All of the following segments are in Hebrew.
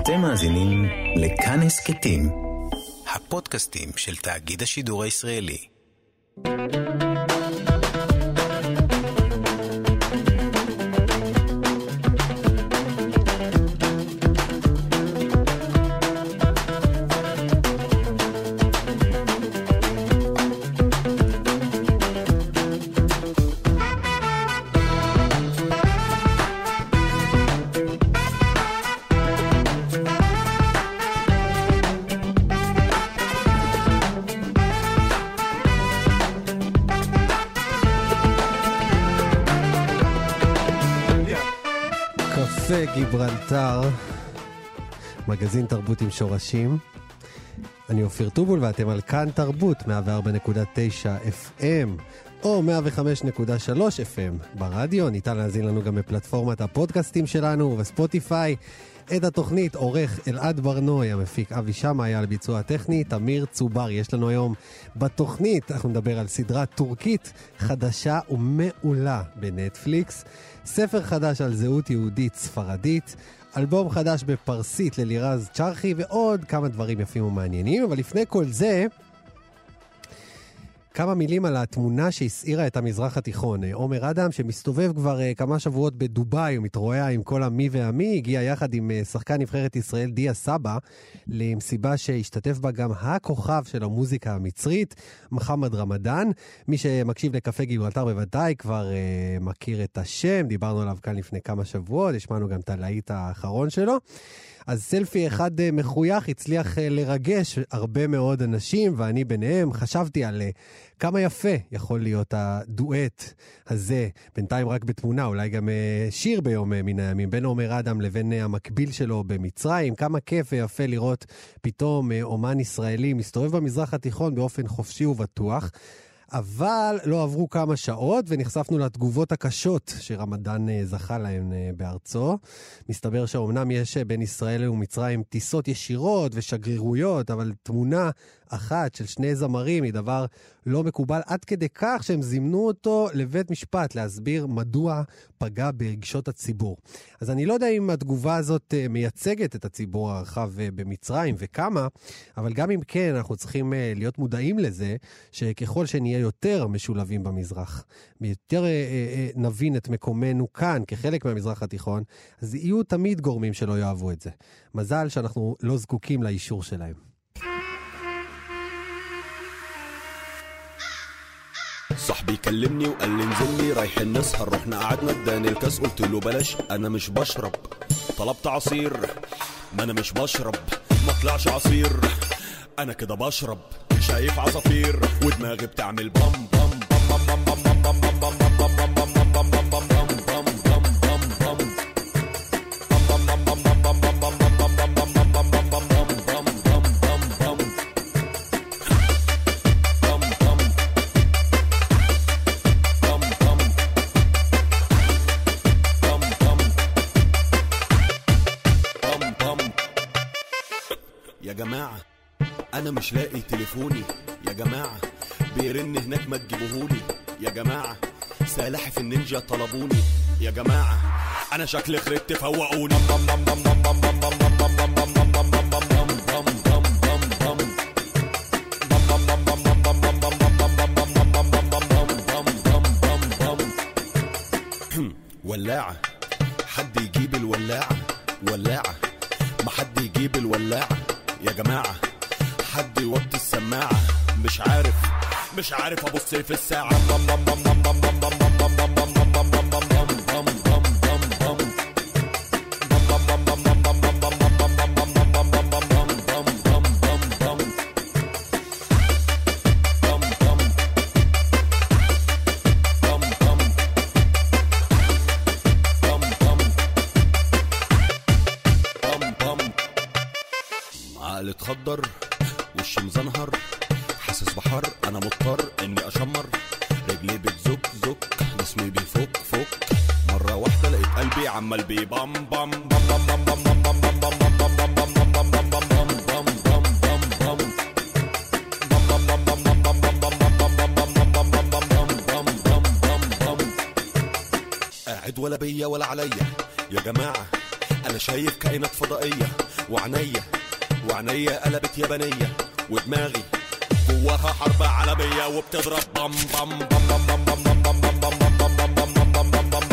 אתם מאזינים לכאן הסכתים, הפודקאסטים של תאגיד השידור הישראלי. גיברלטר, מגזין תרבות עם שורשים. אני אופיר טובול ואתם על כאן תרבות 104.9 FM או 105.3 FM ברדיו. ניתן להזין לנו גם בפלטפורמת הפודקאסטים שלנו ובספוטיפיי. את התוכנית עורך אלעד ברנוי, המפיק אבי שמה, היה על ביצוע הטכני תמיר צובר. יש לנו היום בתוכנית, אנחנו נדבר על סדרה טורקית חדשה ומעולה בנטפליקס, ספר חדש על זהות יהודית ספרדית, אלבום חדש בפרסית ללירז צ'רחי ועוד כמה דברים יפים ומעניינים. אבל לפני כל זה, כמה מילים על התמונה שהסעירה את המזרח התיכון. עומר אדם, שמסתובב כבר כמה שבועות בדובאי ומתרועע עם כל המי והמי, הגיע יחד עם שחקן נבחרת ישראל דיה סבא למסיבה שהשתתף בה גם הכוכב של המוזיקה המצרית, מחמד רמדאן. מי שמקשיב לקפה גיברלטר בוודאי כבר מכיר את השם, דיברנו עליו כאן לפני כמה שבועות, השמענו גם את הלהיט האחרון שלו. אז סלפי אחד מחוייך הצליח לרגש הרבה מאוד אנשים, ואני ביניהם. חשבתי על כמה יפה יכול להיות הדואט הזה, בינתיים רק בתמונה, אולי גם שיר ביום מן הימים, בין עומר אדם לבין המקביל שלו במצרים. כמה כיף ויפה לראות פתאום אומן ישראלי מסתובב במזרח התיכון באופן חופשי ובטוח. אבל לא עברו כמה שעות ונחשפנו לתגובות הקשות שרמדאן זכה להן בארצו. מסתבר שאומנם יש בין ישראל ומצרים טיסות ישירות ושגרירויות, אבל תמונה אחת של שני זמרים היא דבר לא מקובל, עד כדי כך שהם זימנו אותו לבית משפט להסביר מדוע פגע ברגשות הציבור. אז אני לא יודע אם התגובה הזאת מייצגת את הציבור הרחב במצרים וכמה, אבל גם אם כן, אנחנו צריכים להיות מודעים לזה שככל שנהיה יותר משולבים במזרח, יותר נבין את מקומנו כאן כחלק מהמזרח התיכון, אז יהיו תמיד גורמים שלא יאהבו את זה. מזל שאנחנו לא זקוקים לאישור שלהם. صاحبي كلمني وقال لي انزل لي رايحين نسهر، رحنا قعدنا اداني الكاس قلت له بلاش انا مش بشرب، طلبت عصير ما انا مش بشرب، ما طلعش عصير انا كده بشرب، شايف عصافير ودماغي بتعمل بام بام بام بام بام بام بام بام بام بام بام انا مش لاقي تليفوني يا جماعه، بيرن هناك ما تجيبوهولي يا جماعه، سلاحف النينجا طلبوني يا جماعه، انا شكلي خربت فوقوني. ولاعه حد يجيب الولاعه، ولاعه ما حد يجيب الولاعه يا جماعه، حد يوطي السماعة، مش عارف ابص في الساعة. عقل اتخدر وشي مزنهر، حاسس بحر انا مضطر اني اشمر، رجلي بتزك زك جسمي بيفك فك، مرة واحدة لقيت قلبي عمال بيبام بام بام بام بام بام بام بام بام بام بام بام بام بام قاعد ولا بيا ولا عليا يا جماعة، انا شايف كائنات فضائية وعنيا قلبت يابانية ودماغي جواها حرب عالمية وبتضرب بام بام بام بام بام بام بام بام بام بام بام بام بام بام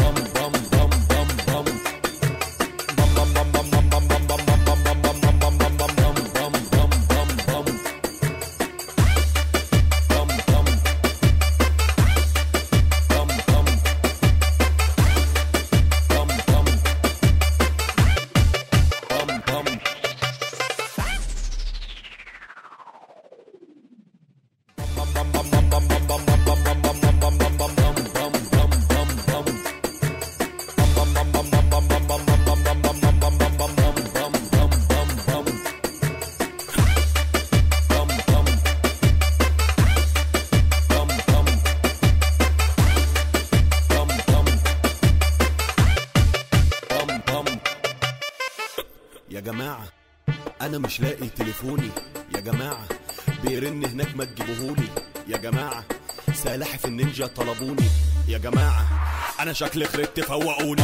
يا جماعة أنا مش لاقي تليفوني، يا جماعة بيرن هناك ما تجيبوهولي، يا جماعة سلاحف النينجا طلبوني، يا جماعة أنا شكلي خربت فوقوني.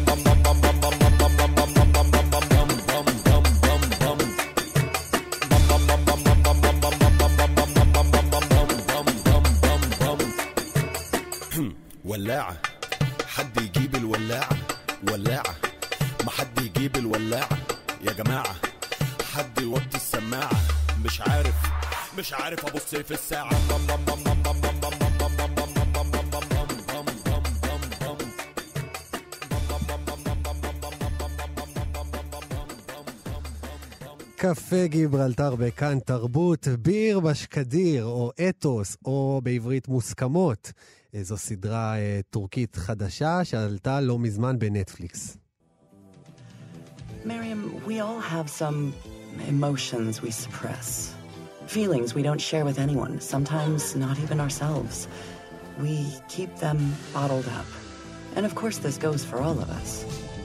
ولاعة حد يجيب الولاعة، ولاعة ما حد يجيب الولاعة، يا جماعة حد يوطي السماعة، مش عارف ابص في الساعة. קפה גיברלטר בכאן תרבות, ביר בשקדיר או אתוס או בעברית מוסכמות. זו סדרה טורקית חדשה שעלתה לא מזמן בנטפליקס. Miriam, we all have some emotions we suppress. Feelings we don't share with anyone, sometimes not even ourselves. We keep them bottled up. And of course this goes for all of us.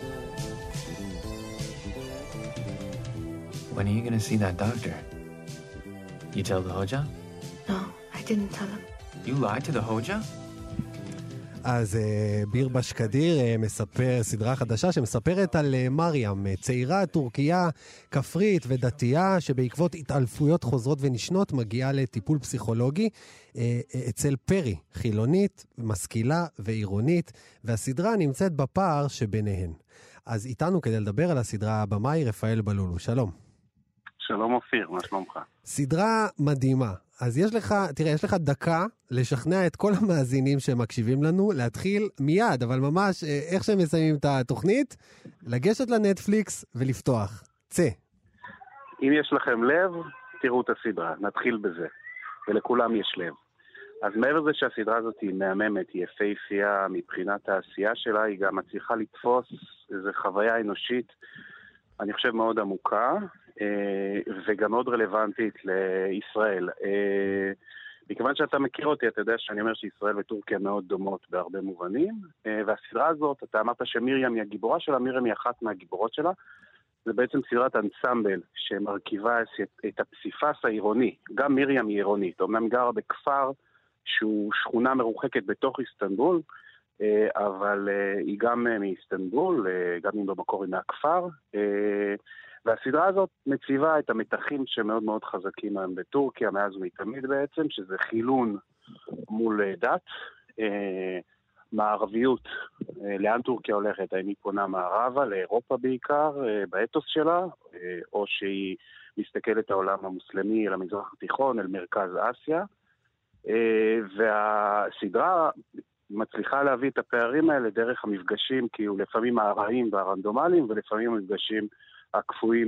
When are you going to see that doctor? You tell the Hoja? No, I didn't tell him. You lied to the Hoja? אז ביר בשקדיר מספר סדרה חדשה שמספרת על מרים, צעירה טורקיה כפרית ודתייה שבעקבות התעלפויות חוזרות ונשנות מגיעה לטיפול פסיכולוגי אצל פרי, חילונית, משכילה ועירונית, והסדרה נמצאת בפער שביניהן. אז איתנו כדי לדבר על הסדרה הבמאי רפאל בלולו. שלום. שלום אופיר, מה שלומך? סדרה מדהימה. אז יש לך דקה לשכנע את כל המאזינים שמקשיבים לנו, להתחיל מיד, אבל ממש איך שהם מסיימים את התוכנית, לגשת לנטפליקס ולפתוח. צא. אם יש לכם לב, תראו את הסדרה, נתחיל בזה. ולכולם יש לב. אז מעבר לזה שהסדרה הזאת היא מהממת, היא יפהפייה מבחינת העשייה שלה, היא גם מצליחה לתפוס איזו חוויה אנושית, אני חושב מאוד עמוקה, וגם מאוד רלוונטית לישראל. מכיוון שאתה מכיר אותי, אתה יודע שאני אומר שישראל וטורקיה מאוד דומות בהרבה מובנים, והסדרה הזאת, אתה אמרת שמרים היא הגיבורה שלה, מרים היא אחת מהגיבורות שלה, זה בעצם סדרת אנסמבל שמרכיבה את הפסיפס העירוני, גם מרים היא עירונית, אומנם גרה בכפר שהוא שכונה מרוחקת בתוך איסטנבול, אבל היא גם מאיסטנבול, גם אם במקור היא מהכפר, והסדרה הזאת מציבה את המתחים שמאוד מאוד חזקים היום בטורקיה, מאז ומתמיד בעצם, שזה חילון מול דת, מערביות, לאן טורקיה הולכת, האם היא פונה מערבה, לאירופה בעיקר, באתוס שלה, או שהיא מסתכלת העולם המוסלמי, אל המזרח התיכון, אל מרכז אסיה, והסדרה מצליחה להביא את הפערים האלה דרך המפגשים, כאילו לפעמים הארעיים והרנדומליים, ולפעמים המפגשים הקפואים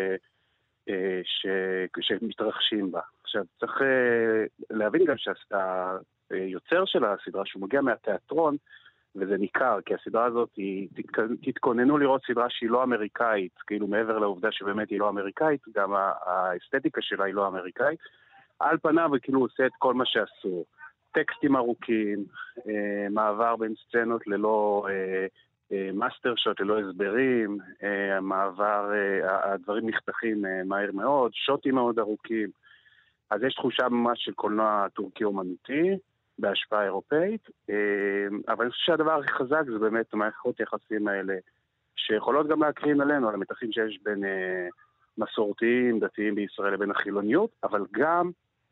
שמתרחשים בה. עכשיו, צריך להבין גם שהיוצר של הסדרה, שהוא מגיע מהתיאטרון, וזה ניכר, כי הסדרה הזאת, תתכוננו לראות סדרה שהיא לא אמריקאית, כאילו מעבר לעובדה שבאמת היא לא אמריקאית, גם האסתטיקה שלה היא לא אמריקאית, על פניו וכאילו עושה את כל מה שעשו. טקסטים ארוכים, מעבר בין סצנות ללא מאסטר שוט, ללא הסברים, מעבר, הדברים נחתכים מהר מאוד, שוטים מאוד ארוכים. אז יש תחושה ממש של קולנוע טורקי אומנותי, בהשפעה אירופאית, אבל אני חושב שהדבר הכי חזק זה באמת מערכות יחסים האלה שיכולות גם להקרין עלינו, על המתחים שיש בין מסורתיים, דתיים בישראל לבין החילוניות, אבל גם,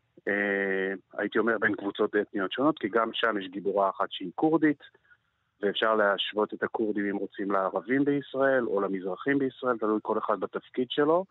הייתי אומר, בין קבוצות אתניות שונות, כי גם שם יש גיבורה אחת שהיא קורדית, ואפשר להשוות את הקורדים אם רוצים לערבים בישראל, או למזרחים בישראל, תלוי כל אחד בתפקיד שלו.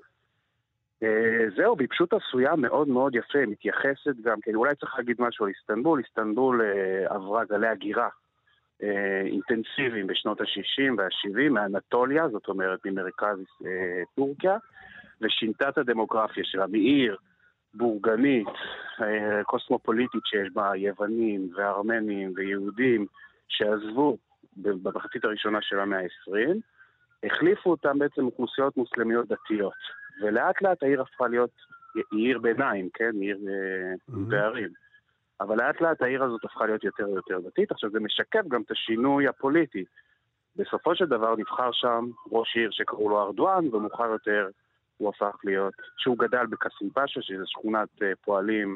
זהו, היא פשוט עשויה מאוד מאוד יפה, מתייחסת גם, כן, אולי צריך להגיד משהו על איסטנבול. איסטנבול עברה גלי הגירה אינטנסיביים בשנות ה-60 וה-70 מאנטוליה, זאת אומרת ממרכז טורקיה, ושינתה את הדמוגרפיה שלה מעיר בורגנית, קוסמופוליטית שיש בה יוונים וארמנים ויהודים שעזבו במחצית הראשונה של המאה ה-20, החליפו אותם בעצם אוכלוסיות מוסלמיות דתיות. ולאט לאט העיר הפכה להיות עיר ביניים, כן? עיר בערים. אבל לאט לאט העיר הזאת הפכה להיות יותר ויותר דתית. עכשיו זה משקף גם את השינוי הפוליטי. בסופו של דבר נבחר שם ראש עיר שקראו לו ארדואן, ומאוחר יותר הוא הפך להיות, שהוא גדל בקסים פאשה, שזו שכונת פועלים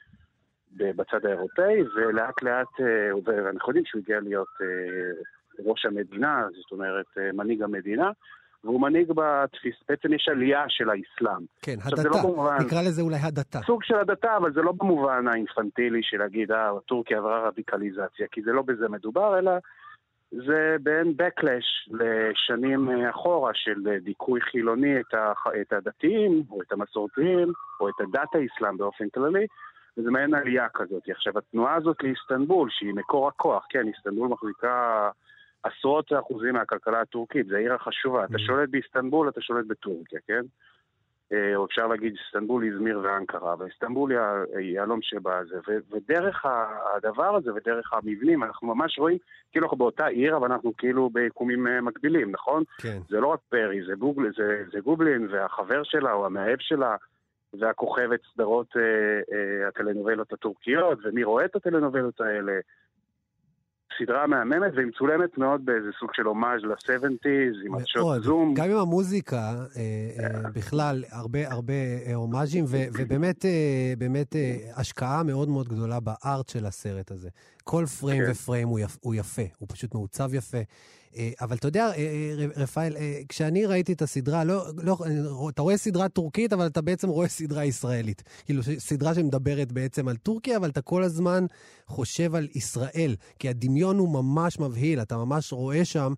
בצד האירופאי, ולאט לאט, ואנחנו יודעים שהוא הגיע להיות ראש המדינה, זאת אומרת מנהיג המדינה, והוא מנהיג בתפיס, בעצם יש עלייה של האסלאם. כן, הדתה, לא במובן, נקרא לזה אולי הדתה. סוג של הדתה, אבל זה לא במובן האינפנטילי של להגיד, טורקיה עברה רדיקליזציה, כי זה לא בזה מדובר, אלא זה בין backlash לשנים אחורה של דיכוי חילוני את הדתיים, או את המסורתיים, או את הדת האסלאם באופן כללי, וזה מעין עלייה כזאת. עכשיו, התנועה הזאת לאיסטנבול, שהיא מקור הכוח, כן, איסטנבול מחזיקה עשרות אחוזים מהכלכלה הטורקית, זה העיר החשובה. אתה שולט באיסטנבול, אתה שולט בטורקיה, כן? או אפשר להגיד איסטנבול, איזמיר ואנקרה, ואיסטנבול היא היהלום שבה זה. ודרך הדבר הזה ודרך המבנים, אנחנו ממש רואים, כאילו אנחנו באותה עיר, אבל אנחנו כאילו ביקומים מקבילים, נכון? כן. זה לא רק פרי, זה גובלין, והחבר שלה או המאהב שלה, והכוכבת סדרות הטלנובלות הטורקיות, ומי רואה את הטלנובלות האלה, סדרה מהממת, והיא מצולמת מאוד באיזה סוג של הומאז' ל-70s, עם הדשות זום. גם עם המוזיקה, בכלל, הרבה הומאז'ים, ובאמת השקעה מאוד מאוד גדולה בארט של הסרט הזה. כל פריים ופריים הוא יפה, הוא פשוט מעוצב יפה. אבל אתה יודע, רפאל, כשאני ראיתי את הסדרה, אתה רואה סדרה טורקית, אבל אתה בעצם רואה סדרה ישראלית. כאילו, סדרה שמדברת בעצם על טורקיה, אבל אתה כל הזמן חושב על ישראל, כי הדמיון הוא ממש מבהיל, אתה ממש רואה שם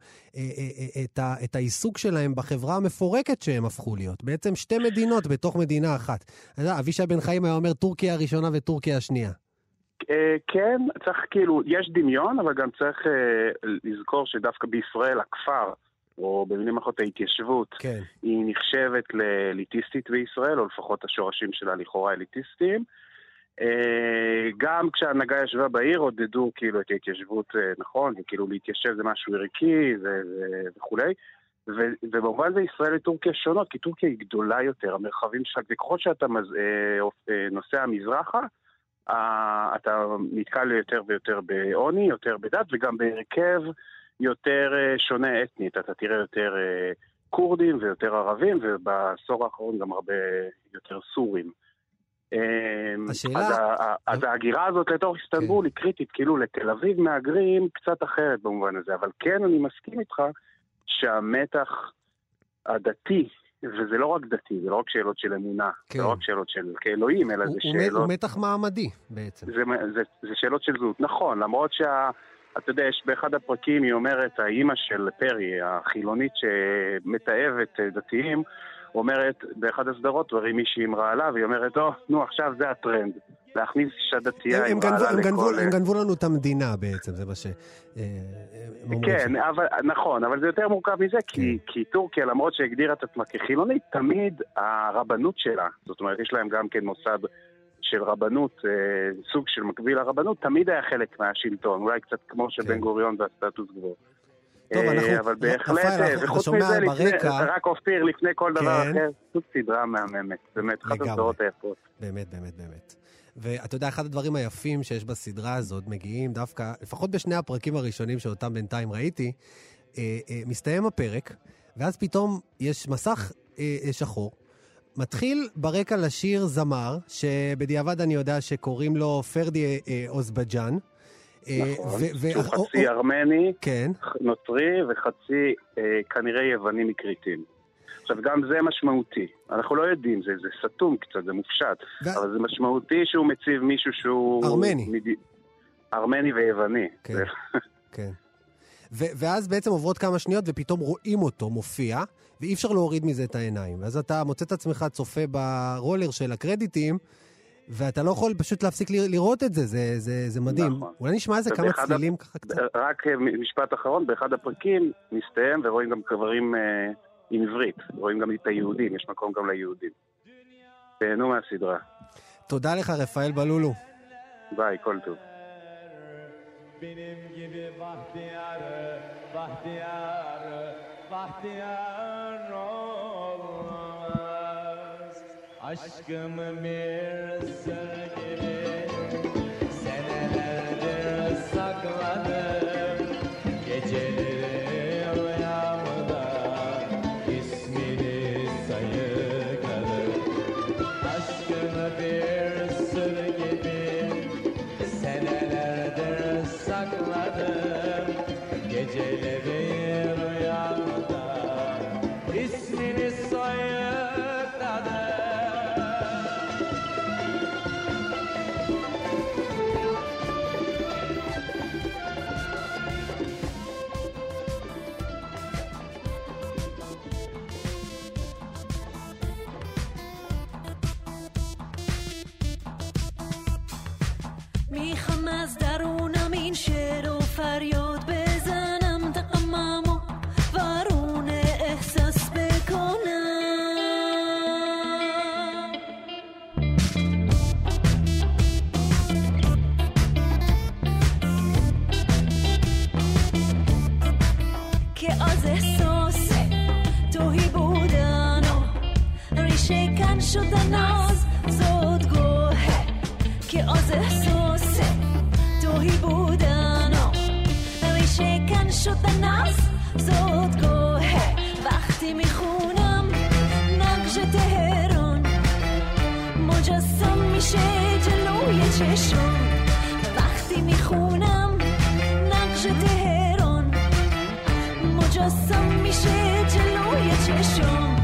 את העיסוק שלהם בחברה המפורקת שהם הפכו להיות. בעצם שתי מדינות בתוך מדינה אחת. אבישי בן חיים היה אומר טורקיה הראשונה וטורקיה השנייה. כן, צריך כאילו, יש דמיון, אבל גם צריך לזכור שדווקא בישראל הכפר, או במילים אחרות ההתיישבות, היא נחשבת לאליטיסטית בישראל, או לפחות השורשים שלה לכאורה אליטיסטיים. גם כשההנהגה ישבה בעיר, עודדו כאילו את ההתיישבות, נכון, וכאילו להתיישב זה משהו ערכי וכולי. ובמובן זה ישראל לטורקיה שונות, כי טורקיה היא גדולה יותר, המרחבים שלה, וככל שאתה נוסע מזרחה, אתה נתקל יותר ויותר בעוני, יותר בדת, וגם בהרכב יותר שונה אתנית. אתה תראה יותר קורדים ויותר ערבים, ובעשור האחרון גם הרבה יותר סורים. אז ההגירה הזאת לתוך איסטנבול היא קריטית, כאילו לתל אביב מהגרים קצת אחרת במובן הזה, אבל כן אני מסכים איתך שהמתח הדתי, וזה לא רק דתי, זה לא רק שאלות של אמונה, זה לא רק שאלות של כאלוהים, אלא זה שאלות... הוא מתח מעמדי בעצם. זה שאלות של זהות, נכון, למרות אתה יודע, יש באחד הפרקים היא אומרת, האימא של פרי, החילונית שמתאהבת דתיים, אומרת באחד הסדרות, דברים מישהי אמרה עליו, היא אומרת, נו, עכשיו זה הטרנד. להכניס אישה דתייה עם בעלה לכל... הם גנבו לנו את המדינה בעצם, זה מה ש... כן, נכון, אבל זה יותר מורכב מזה, כי טורקיה, למרות שהגדירה את עצמה כחילונית, תמיד הרבנות שלה, זאת אומרת, יש להם גם כן מוסד של רבנות, סוג של מקביל לרבנות, תמיד היה חלק מהשלטון, אולי קצת כמו שבן גוריון והסטטוס גבוה. טוב, אבל בהחלט, וחוץ מזה, רק אופיר לפני כל דבר אחר, זאת סדרה מהממת, באמת, אחת הסדרות היפות. באמת, באמת, באמת. ואתה יודע, אחד הדברים היפים שיש בסדרה הזאת, מגיעים דווקא, לפחות בשני הפרקים הראשונים שאותם בינתיים ראיתי, מסתיים הפרק, ואז פתאום יש מסך שחור, מתחיל ברקע לשיר זמר, שבדיעבד אני יודע שקוראים לו פרדי אוזבג'אן, נכון, שהוא חצי ארמני, כן. נוצרי וחצי כנראה יווני מקריטים. עכשיו גם זה משמעותי, אנחנו לא יודעים, זה סתום קצת, זה מופשט, אבל זה משמעותי שהוא מציב מישהו שהוא... ארמני ויווני. כן, כן. ואז בעצם עוברות כמה שניות ופתאום רואים אותו מופיע, ואי אפשר להוריד מזה את העיניים. ואז אתה מוצא את עצמך צופה ברולר של הקרדיטים, ואתה לא יכול פשוט להפסיק לראות את זה, זה מדהים. נכון. אולי נשמע איזה כמה צלילים ככה קצת. רק משפט אחרון, באחד הפרקים מסתיים ורואים גם קברים עם עברית, רואים גם את היהודים, יש מקום גם ליהודים. תהנו מהסדרה. תודה לך רפאל בלולו. ביי, כל טוב. Benim gibi bahtiyar olmaz. Aşkımı bir sır gibi senelerdir sakladım. Geceleri rüyamda ismini sayıkladım. Aşkımı bir sır gibi senelerdir sakladım. Geceleri rüyamda ismini sayıkladım. میخوام از درونم این شعر و فریاد بزنم دقممو وارون احساس بکنم که از احساس توهی بودن و ریشه کن شدن از زودگوه که از احساس توهی بودن و ریشه کن شدن از زودگوه وقتی میخونم نقش تهران مجسم میشه جلوی چشم وقتی میخونم نقش تهران مجسم میشه جلوی چشم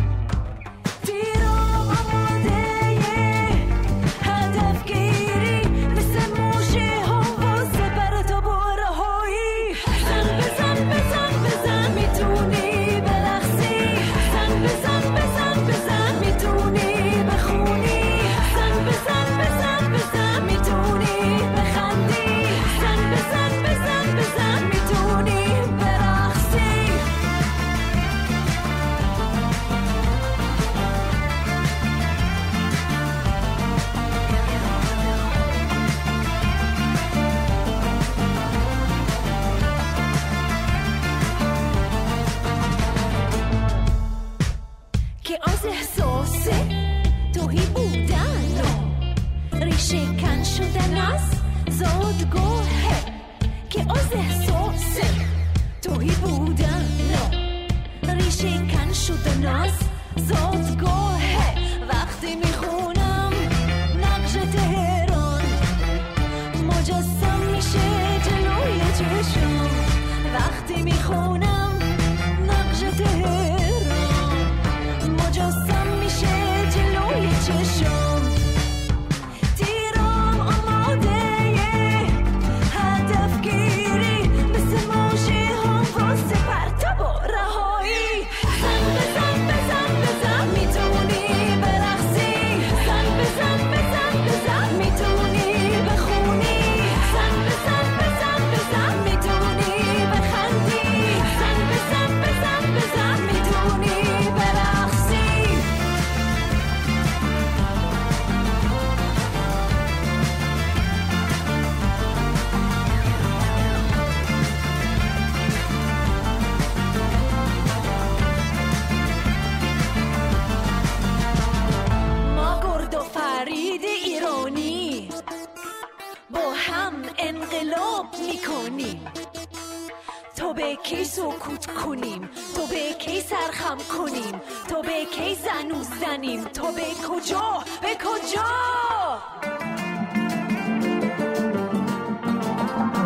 تو به کی سکوت کنیم تو به کی سرخم کنیم تو به کی زنو زنیم تو به کجا به کجا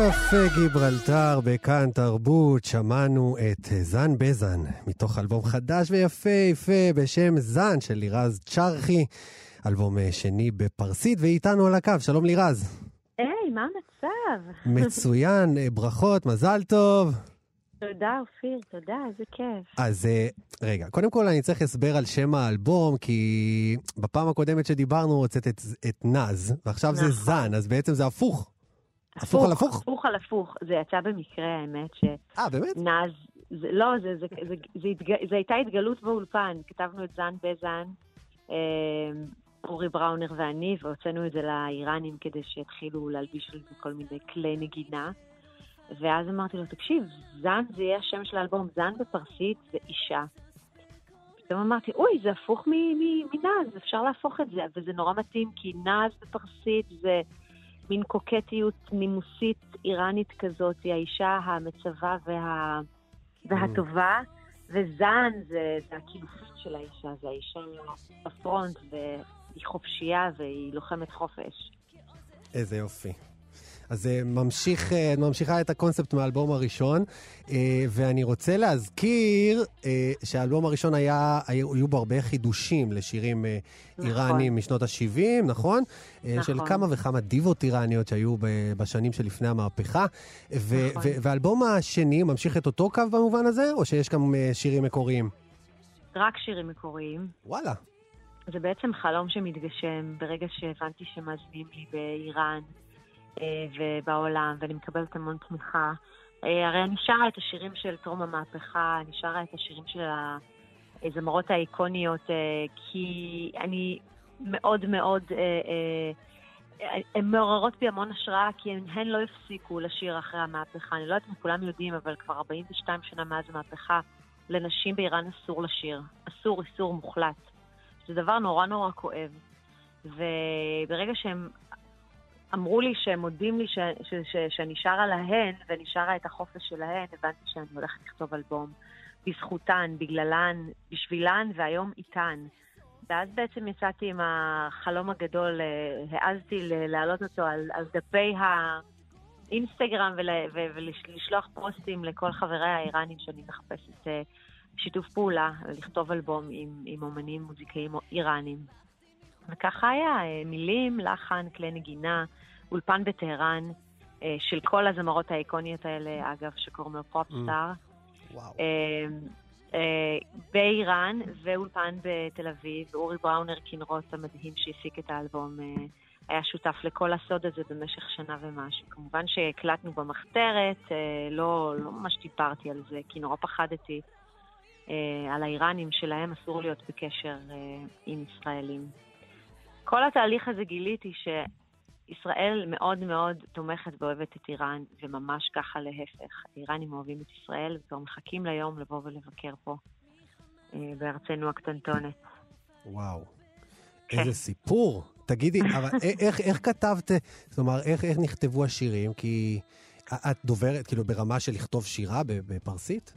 קפה גיברלטר בכאן תרבות, שמענו את זן בזן, מתוך אלבום חדש ויפה בשם זן של לירז צ'רחי, אלבום שני בפרסית, ואיתנו על הקו. שלום לירז. היי, מה המצב? מצוין, ברכות, מזל טוב. תודה אופיר, תודה, איזה כיף. אז רגע, קודם כל אני צריך הסבר על שם האלבום, כי בפעם הקודמת שדיברנו הוצאת את נז, ועכשיו זה זן, אז בעצם זה הפוך. הפוך על הפוך? הפוך על הפוך. זה יצא במקרה, האמת ש... באמת? נז, לא, זה הייתה התגלות באולפן. כתבנו את זן בזן, אורי בראונר ואני, והוצאנו את זה לאיראנים כדי שיתחילו להלביש על זה כל מיני כלי נגינה. ואז אמרתי לו, תקשיב, זן זה יהיה השם של האלבום, זן בפרסית זה אישה. פתאום אמרתי, אוי, זה הפוך מנז, אפשר להפוך את זה, וזה נורא מתאים, כי נז בפרסית זה מין קוקטיות נימוסית איראנית כזאת, היא האישה המצווה והטובה, וזן זה הקילופים של האישה, זה האישה בפרונט, והיא חופשייה והיא לוחמת חופש. איזה יופי. אז ממשיכה את הקונספט מהאלבום הראשון, ואני רוצה להזכיר שהאלבום הראשון היו בו הרבה חידושים לשירים איראנים משנות ה-70, נכון? של כמה וכמה דיבות איראניות שהיו בשנים שלפני המהפכה. והאלבום השני ממשיך את אותו קו במובן הזה, או שיש גם שירים מקוריים? רק שירים מקוריים. וואלה. זה בעצם חלום שמתגשם ברגע שהבנתי שמאזינים לי באיראן, ובעולם, ואני מקבלת המון תמיכה. הרי אני שרה את השירים של טרום המהפכה, אני שרה את השירים של הזמרות האיקוניות, כי אני מאוד מאוד, הן מעוררות בי המון השראה, כי הן לא הפסיקו לשיר אחרי המהפכה. אני לא יודעת אם כולם יודעים, אבל כבר 42 שנה מאז המהפכה, לנשים באיראן אסור לשיר. אסור, איסור מוחלט. זה דבר נורא נורא כואב. וברגע שהם אמרו לי שהם מודים לי שאני שרה להן, ואני שרה את החופש שלהן, הבנתי שאני הולכת לכתוב אלבום בזכותן, בגללן, בשבילן, והיום איתן. ואז בעצם יצאתי עם החלום הגדול, העזתי להעלות אותו על דפי האינסטגרם, ולשלוח פוסטים לכל חברי האיראנים שאני מחפשת שיתוף פעולה, לכתוב אלבום עם אומנים מוזיקאים איראנים. וככה היה, מילים, לחן, כלי נגינה, אולפן בטהרן, של כל הזמרות האיקוניות האלה, אגב, שקוראים לו פופסטאר. באיראן, ואולפן בתל אביב, אורי בראונר כנרות המדהים שהפיק את האלבום, היה שותף לכל הסוד הזה במשך שנה ומשהו. כמובן שהקלטנו במחתרת, לא ממש דיברתי על זה, כי נורא פחדתי על האיראנים שלהם, אסור להיות בקשר עם ישראלים. כל התהליך הזה גיליתי שישראל מאוד מאוד תומכת ואוהבת את איראן, וממש ככה להפך. האיראנים אוהבים את ישראל, וכבר מחכים ליום לבוא ולבקר פה, בארצנו הקטנטונת. וואו, איזה סיפור. תגידי, אבל איך כתבת, זאת אומרת, איך נכתבו השירים? כי את דוברת, כאילו, ברמה של לכתוב שירה בפרסית?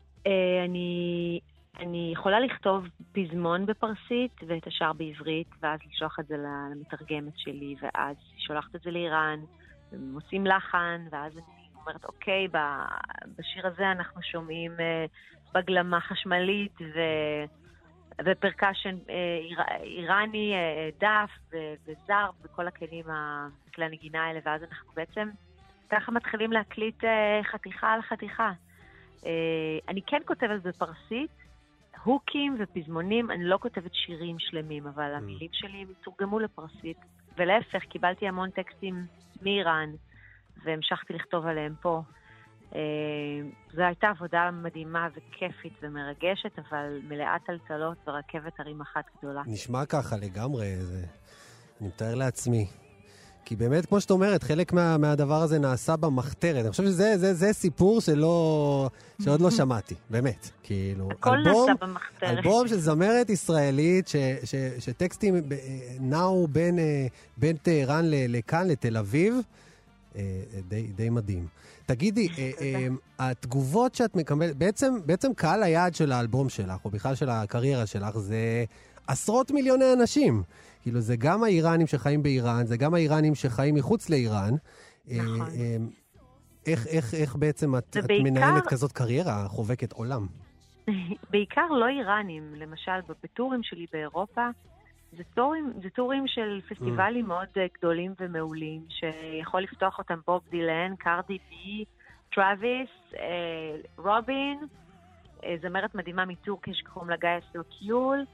אני יכולה לכתוב פזמון בפרסית ואת השאר בעברית, ואז לשלוח את זה למתרגמת שלי, ואז שולחת את זה לאיראן, ומוצאים לחן, ואז אני אומרת, אוקיי, בשיר הזה אנחנו שומעים בגלמה חשמלית ופרקשן איראני, דף וזר, וכל כלי הנגינה האלה, ואז אנחנו בעצם ככה מתחילים להקליט חתיכה על חתיכה. אני כן כותבת בפרסית, הוקים ופזמונים, אני לא כותבת שירים שלמים, אבל המילים שלי מתורגמו לפרסית, ולהפך, קיבלתי המון טקסטים מאיראן, והמשכתי לכתוב עליהם פה. זו הייתה עבודה מדהימה וכיפית ומרגשת, אבל מלאת טלטלות ורכבת הרים אחת גדולה. נשמע ככה לגמרי, אני מתאר לעצמי. כי באמת, כמו שאת אומרת, חלק מהדבר הזה נעשה במחתרת. אני חושב שזה סיפור שעוד לא שמעתי, באמת. כאילו, הכל נעשה במחתרת. אלבום של זמרת ישראלית, שטקסטים נעו בין טהרן לכאן, לתל אביב, די מדהים. תגידי, התגובות שאת מקבלת, בעצם קהל היעד של האלבום שלך, או בכלל של הקריירה שלך, זה עשרות מיליוני אנשים. כאילו, זה גם האיראנים שחיים באיראן, זה גם האיראנים שחיים מחוץ לאיראן. נכון. איך בעצם את מנהלת כזאת קריירה חובקת עולם? בעיקר לא איראנים, למשל בטורים שלי באירופה, זה טורים של פסטיבלים מאוד גדולים ומעולים, שיכול לפתוח אותם בוב דילן, קרדי בי, טראביס, רובין, זמרת מדהימה מטורקיה שקוראים לה גאיה סלוקיול,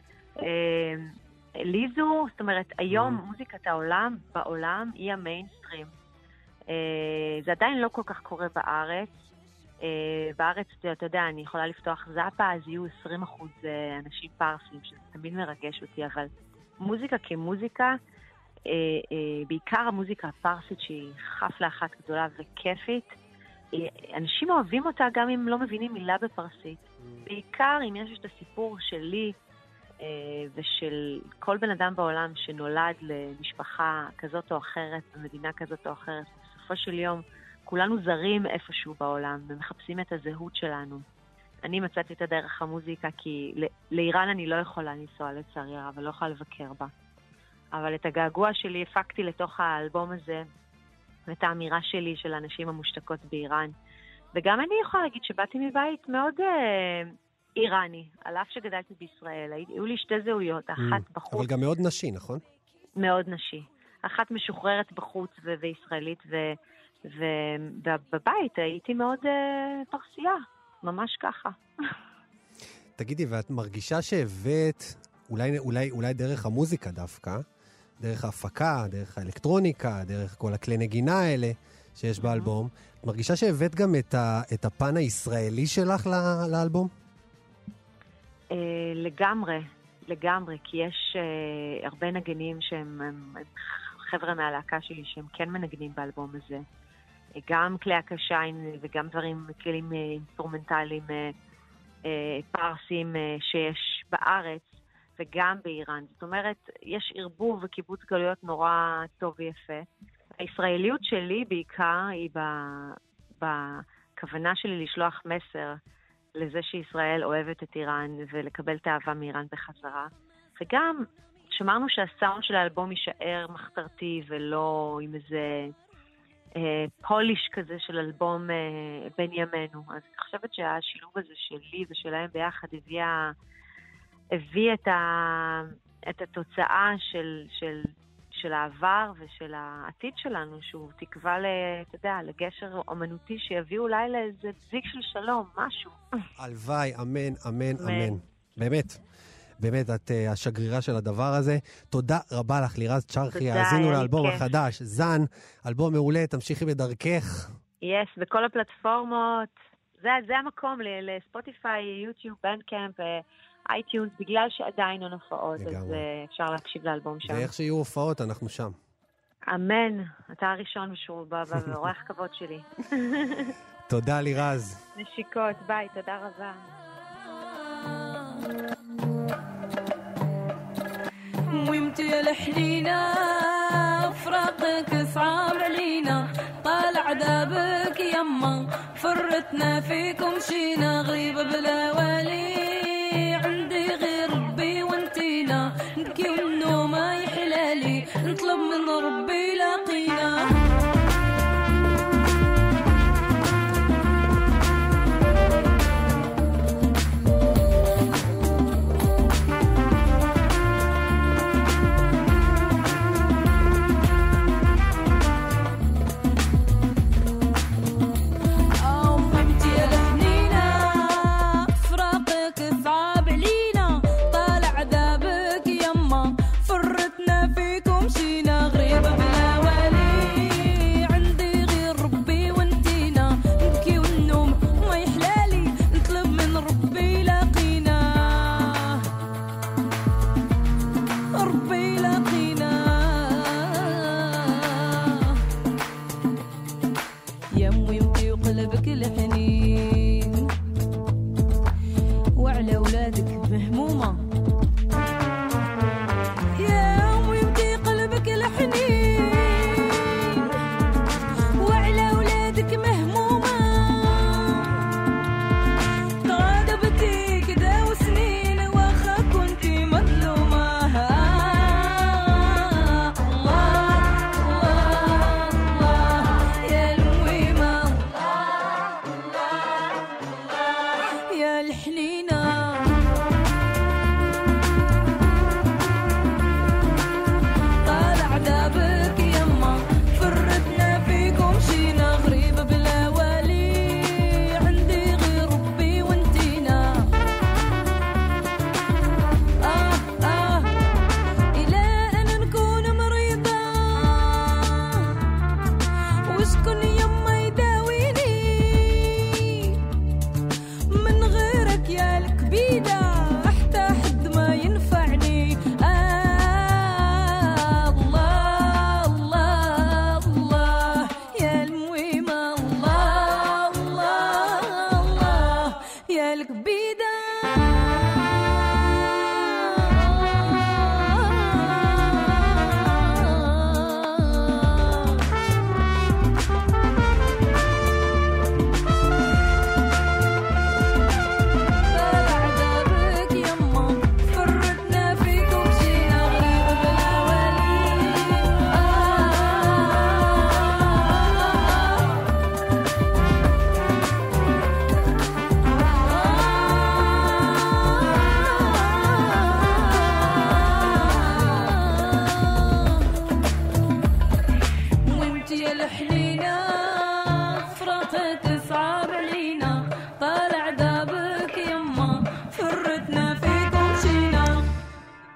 ליזו, זאת אומרת, היום מוזיקת העולם בעולם היא המיינסטרים. זה עדיין לא כל כך קורה בארץ. בארץ, אתה יודע, אני יכולה לפתוח זאפה, אז יהיו 20% אנשים פרסים, שזה תמיד מרגש אותי, אבל מוזיקה כמוזיקה, בעיקר המוזיקה הפרסית שהיא חפלה אחת גדולה וכיפית, אנשים אוהבים אותה גם אם לא מבינים מילה בפרסית. בעיקר אם יש את הסיפור שלי ושל כל בן אדם בעולם שנולד למשפחה כזאת או אחרת, במדינה כזאת או אחרת, בסופו של יום כולנו זרים איפשהו בעולם ומחפשים את הזהות שלנו. אני מצאתי את הדרך המוזיקה כי לאיראן אני לא יכולה לנסוע לצערי הרב, אבל לא יכולה לבקר בה. אבל את הגעגוע שלי הפקתי לתוך האלבום הזה, ואת האמירה שלי של האנשים המושתקות באיראן. וגם אני יכולה להגיד שבאתי מבית מאוד איראני, על אף שגדלתי בישראל. היו לי שתי זהויות, אחת בחוץ. אבל גם מאוד נשי, נכון? מאוד נשי. אחת משוחררת בחוץ וישראלית, ובבית הייתי מאוד פרסייה, ממש ככה. תגידי, ואת מרגישה שהבאת, אולי דרך המוזיקה דווקא, דרך ההפקה, דרך האלקטרוניקה, דרך כל הכלי נגינה האלה שיש באלבום, את מרגישה שהבאת גם את הפן הישראלי שלך לאלבום? לגמרי, כי יש הרבה נגנים שהם חבר'ה מהלהקה שלי שהם כן מנגנים באלבום הזה. גם כלי הקשיין וגם כלים אינסטרומנטליים פרסים שיש בארץ וגם באיראן. זאת אומרת, יש ערבוב וקיבוץ גלויות נורא טוב ויפה. הישראליות שלי בעיקר היא בכוונה שלי לשלוח מסר לזה שישראל אוהבת את איראן ולקבל את האהבה מאיראן בחזרה. וגם שמרנו שהסאונד של האלבום יישאר מחתרתי ולא עם איזה פוליש כזה של אלבום בין ימינו. אז אני חושבת שהשילוב הזה שלי ושלהם ביחד הביא את התוצאה של העבר ושל העתיד שלנו, שהוא תקווה לגשר אומנותי שיביא אולי לאיזה זיק של שלום, משהו. הלוואי, אמן, אמן, אמן. באמת, את השגרירה של הדבר הזה. תודה רבה לך, לירז צ'רחי. האזינו לאלבום החדש, זן, אלבום מעולה, תמשיכי בדרכך. יש, בכל הפלטפורמות. זה המקום לספוטיפיי, יוטיוב, בנדקאמפ, אייטיונס, בגלל שעדיין אין הופעות, אז אפשר להקשיב לאלבום שם. ואיך שיהיו הופעות, אנחנו שם. אמן, אתה הראשון באורח כבוד שלי. תודה, לירז. נשיקות, ביי, תודה רבה. وانت يا الحنينة فراقك صعب علينا طال عذابك يما فرتنا فيكم شينا غريبة بلا والي عندي غير ربي وانتينا نبكي والنوم ما يحلالي نطلب من ربي لاقينا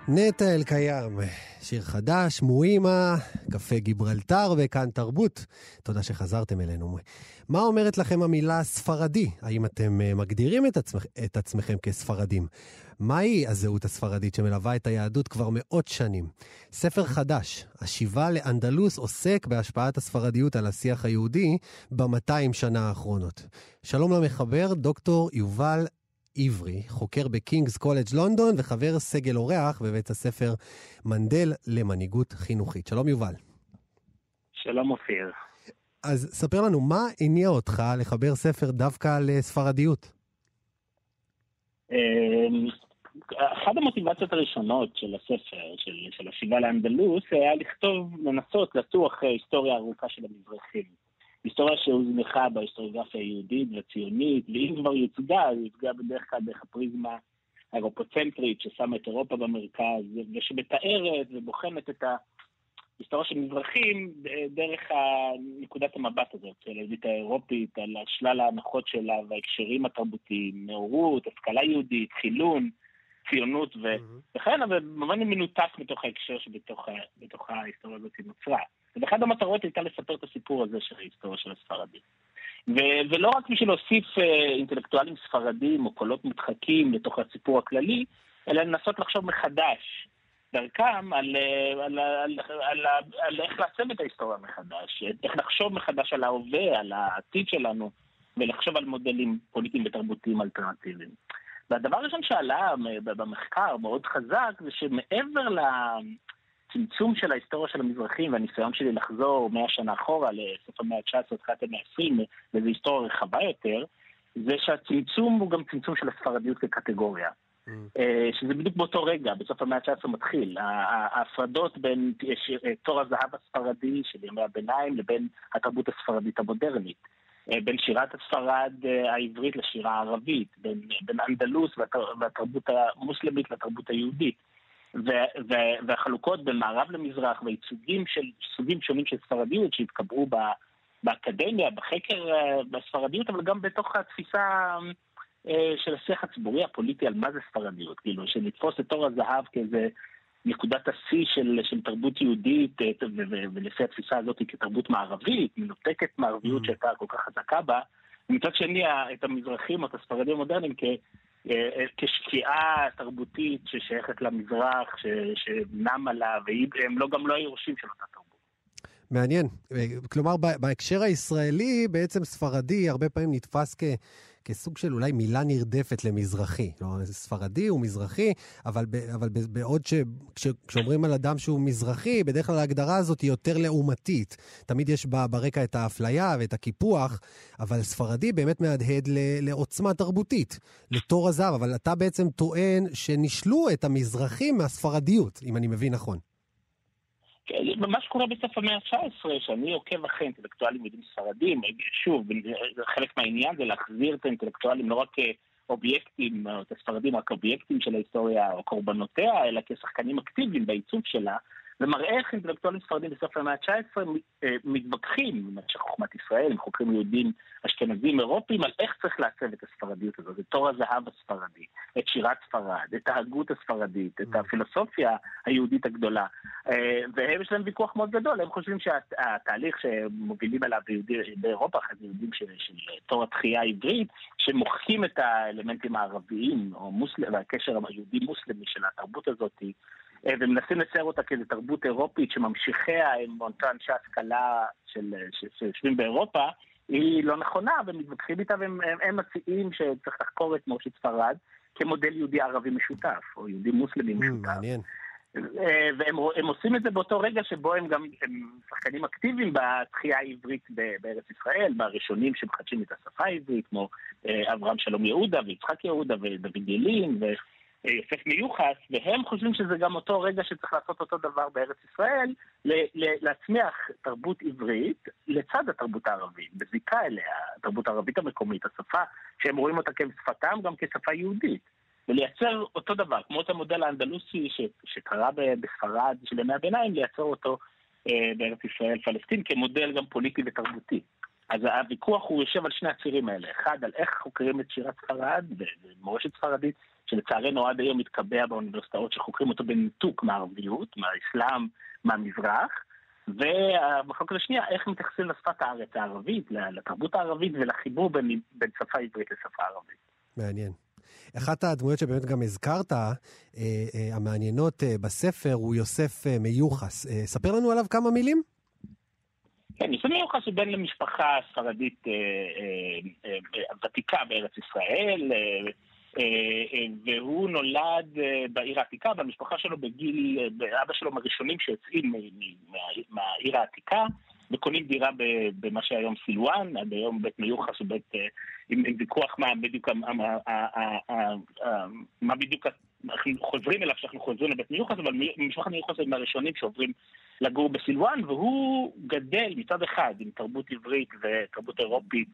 נטע אלקיים, שיר חדש, מואימה, קפה גיברלטר וכאן תרבות. תודה שחזרתם אלינו. מה אומרת לכם המילה ספרדי? האם אתם מגדירים את עצמכם כספרדים? מהי הזהות הספרדית שמלווה את היהדות כבר מאות שנים? ספר חדש, השיבה לאנדלוס, עוסק בהשפעת הספרדיות על השיח היהודי ב-200 שנה האחרונות. שלום למחבר, דוקטור יובל עברי, חוקר בקינגס קולג' לונדון וחבר סגל אורח בבית הספר מנדל למנהיגות חינוכית. שלום יובל. שלום אופיר. אז ספר לנו, מה הניע אותך לחבר ספר דווקא לספרדיות? אחת המוטיבציות הראשונות של הספר, של השיבה לאנדלוס, היה לנסות לצוח היסטוריה ארוכה של המזרחים. היסטוריה שהוזנחה בהיסטוריוגרפיה היהודית והציונית, ואם כבר יוצגה, היא יוצגה בדרך כלל דרך הפריזמה האירופוצנטרית ששמה את אירופה במרכז, ושמתארת ובוחנת את ההיסטוריה של מזרחים דרך נקודת המבט הזאת, של היהודית האירופית, על שלל ההנחות שלה וההקשרים התרבותיים, נאורות, השכלה יהודית, חילון, ציונות וכן, אבל במובן מנותק מתוך ההקשר שבתוך ההיסטוריה הזאת נוצרה. ואחת המטרות הייתה לספר את הסיפור הזה של ההיסטוריה של הספרדים. ולא רק בשביל להוסיף אינטלקטואלים ספרדים או קולות מודחקים לתוך הסיפור הכללי, אלא לנסות לחשוב מחדש דרכם על איך לעצב את ההיסטוריה מחדש, איך לחשוב מחדש על ההווה, על העתיד שלנו, ולחשוב על מודלים פוליטיים ותרבותיים אלטרנטיביים. והדבר הראשון שעלה במחקר מאוד חזק, זה שמעבר צמצום של ההיסטוריה של המזרחים, והניסיון שלי לחזור 100 שנה אחורה לסוף המאה ה-19, תחילת המאה ה-20, וזו היסטוריה רחבה יותר, זה שהצמצום הוא גם צמצום של הספרדיות כקטגוריה. שזה בדיוק באותו רגע, בסוף המאה ה-19 מתחיל. ההפרדות בין תור הזהב הספרדי של ימי הביניים לבין התרבות הספרדית המודרנית. בין שירת הספרד העברית לשירה הערבית, בין אנדלוס והתרבות המוסלמית לתרבות היהודית. והחלוקות בין מערב למזרח והייצוגים של סוגים שונים של ספרדיות שהתקבעו באקדמיה, בחקר בספרדיות, אבל גם בתוך התפיסה של השיח הציבורי הפוליטי על מה זה ספרדיות, כאילו שנתפוס את תור הזהב כאיזה נקודת השיא של תרבות יהודית, ולפי התפיסה הזאת כתרבות מערבית, מנותקת מערביות שהייתה כל כך חזקה בה, ומצד שני את המזרחים או את הספרדים המודרניים כשקיעה תרבותית ששייכת למזרח, שנמה לה, והם גם לא היורשים של אותה תרבות. מעניין. כלומר, בהקשר הישראלי, בעצם ספרדי הרבה פעמים נתפס כסוג של אולי מילה נרדפת למזרחי. ספרדי הוא מזרחי, אבל בעוד כשאומרים על אדם שהוא מזרחי, בדרך כלל ההגדרה הזאת היא יותר לעומתית. תמיד יש ברקע את האפליה ואת הקיפוח, אבל ספרדי באמת מהדהד לעוצמה תרבותית, לתור הזהב. אבל אתה בעצם טוען שנשלו את המזרחים מהספרדיות, אם אני מבין נכון. מה שקורה בסוף המאה ה-19, שאני עוקב אחרי אינטלקטואלים יהודים ספרדים, שוב, חלק מהעניין זה להחזיר את האינטלקטואלים לא רק כאובייקטים, את הספרדים רק אובייקטים של ההיסטוריה או קורבנותיה, אלא כשחקנים אקטיביים בעיצוב שלה, ומראה איך אינטלקטואלים ספרדים בסוף המאה ה-19 מתווכחים עם חוכמת ישראל, עם חוקרים יהודים אשכנזים אירופיים, על איך צריך לעצב את הספרדיות הזאת, את תור הזהב הספרדי, את שירת ספרד, את ההגות הספרדית, את הפילוסופיה היהודית הגדולה. והם יש להם ויכוח מאוד גדול, הם חושבים שהתהליך שמובילים עליו באירופה, אחרי יהודים של תור התחייה העברית, שמוחקים את האלמנטים הערביים, והקשר היהודי-מוסלמי של התרבות הזאת, ומנסים לצייר אותה כאיזו תרבות אירופית שממשיכיה עם אותם אנשי השכלה שיושבים באירופה, היא לא נכונה, ומתווכחים איתה, והם מציעים שצריך לחקור את מורשת ספרד כמודל יהודי ערבי משותף, או יהודי מוסלמי משותף. מעניין. והם עושים את זה באותו רגע שבו הם גם שחקנים אקטיביים בתחייה העברית בארץ ישראל, בראשונים שמחדשים את השפה העברית, כמו אברהם שלום יהודה ויצחק יהודה ודוד ילין ויוסף מיוחס, והם חושבים שזה גם אותו רגע שצריך לעשות אותו דבר בארץ ישראל, להצמיח תרבות עברית לצד התרבות הערבית, בזיקה אליה, התרבות הערבית המקומית, השפה שהם רואים אותה כשפתם גם כשפה יהודית. ולייצר אותו דבר, כמו את המודל האנדלוסי שקרה בספרד של ימי הביניים, לייצר אותו בארץ ישראל פלסטין כמודל גם פוליטי ותרבותי. אז הוויכוח הוא יושב על שני הצירים האלה. אחד, על איך חוקרים את שירת ספרד ומורשת ספרדית, שלצערנו עד היום מתקבע באוניברסיטאות שחוקרים אותו בניתוק מהערביות, מהאסלאם, מהמזרח. ובחוקר השנייה, איך מתייחסים לשפת הארץ הערבית, לתרבות הערבית ולחיבור בין שפה עברית לשפה ערבית. מעניין. אחת הדמויות שבאמת גם הזכרת, המעניינות בספר, הוא יוסף מיוחס. ספר לנו עליו כמה מילים. כן, יוסף מיוחס הוא בן למשפחה ספרדית ותיקה בארץ ישראל, והוא נולד בעיר העתיקה, והמשפחה שלו אבא שלו מהראשונים שיוצאים מהעיר העתיקה, וקונים דירה במה שהיום סילואן, עד היום בית מיוחס הוא בית עם ויכוח מה בדיוק אנחנו חוזרים אליו, שאנחנו חוזרים לבית מיוחס, אבל משפחת מיוחס הם הראשונים שעוברים לגור בסילואן, והוא גדל מצד אחד עם תרבות עברית ותרבות אירופית,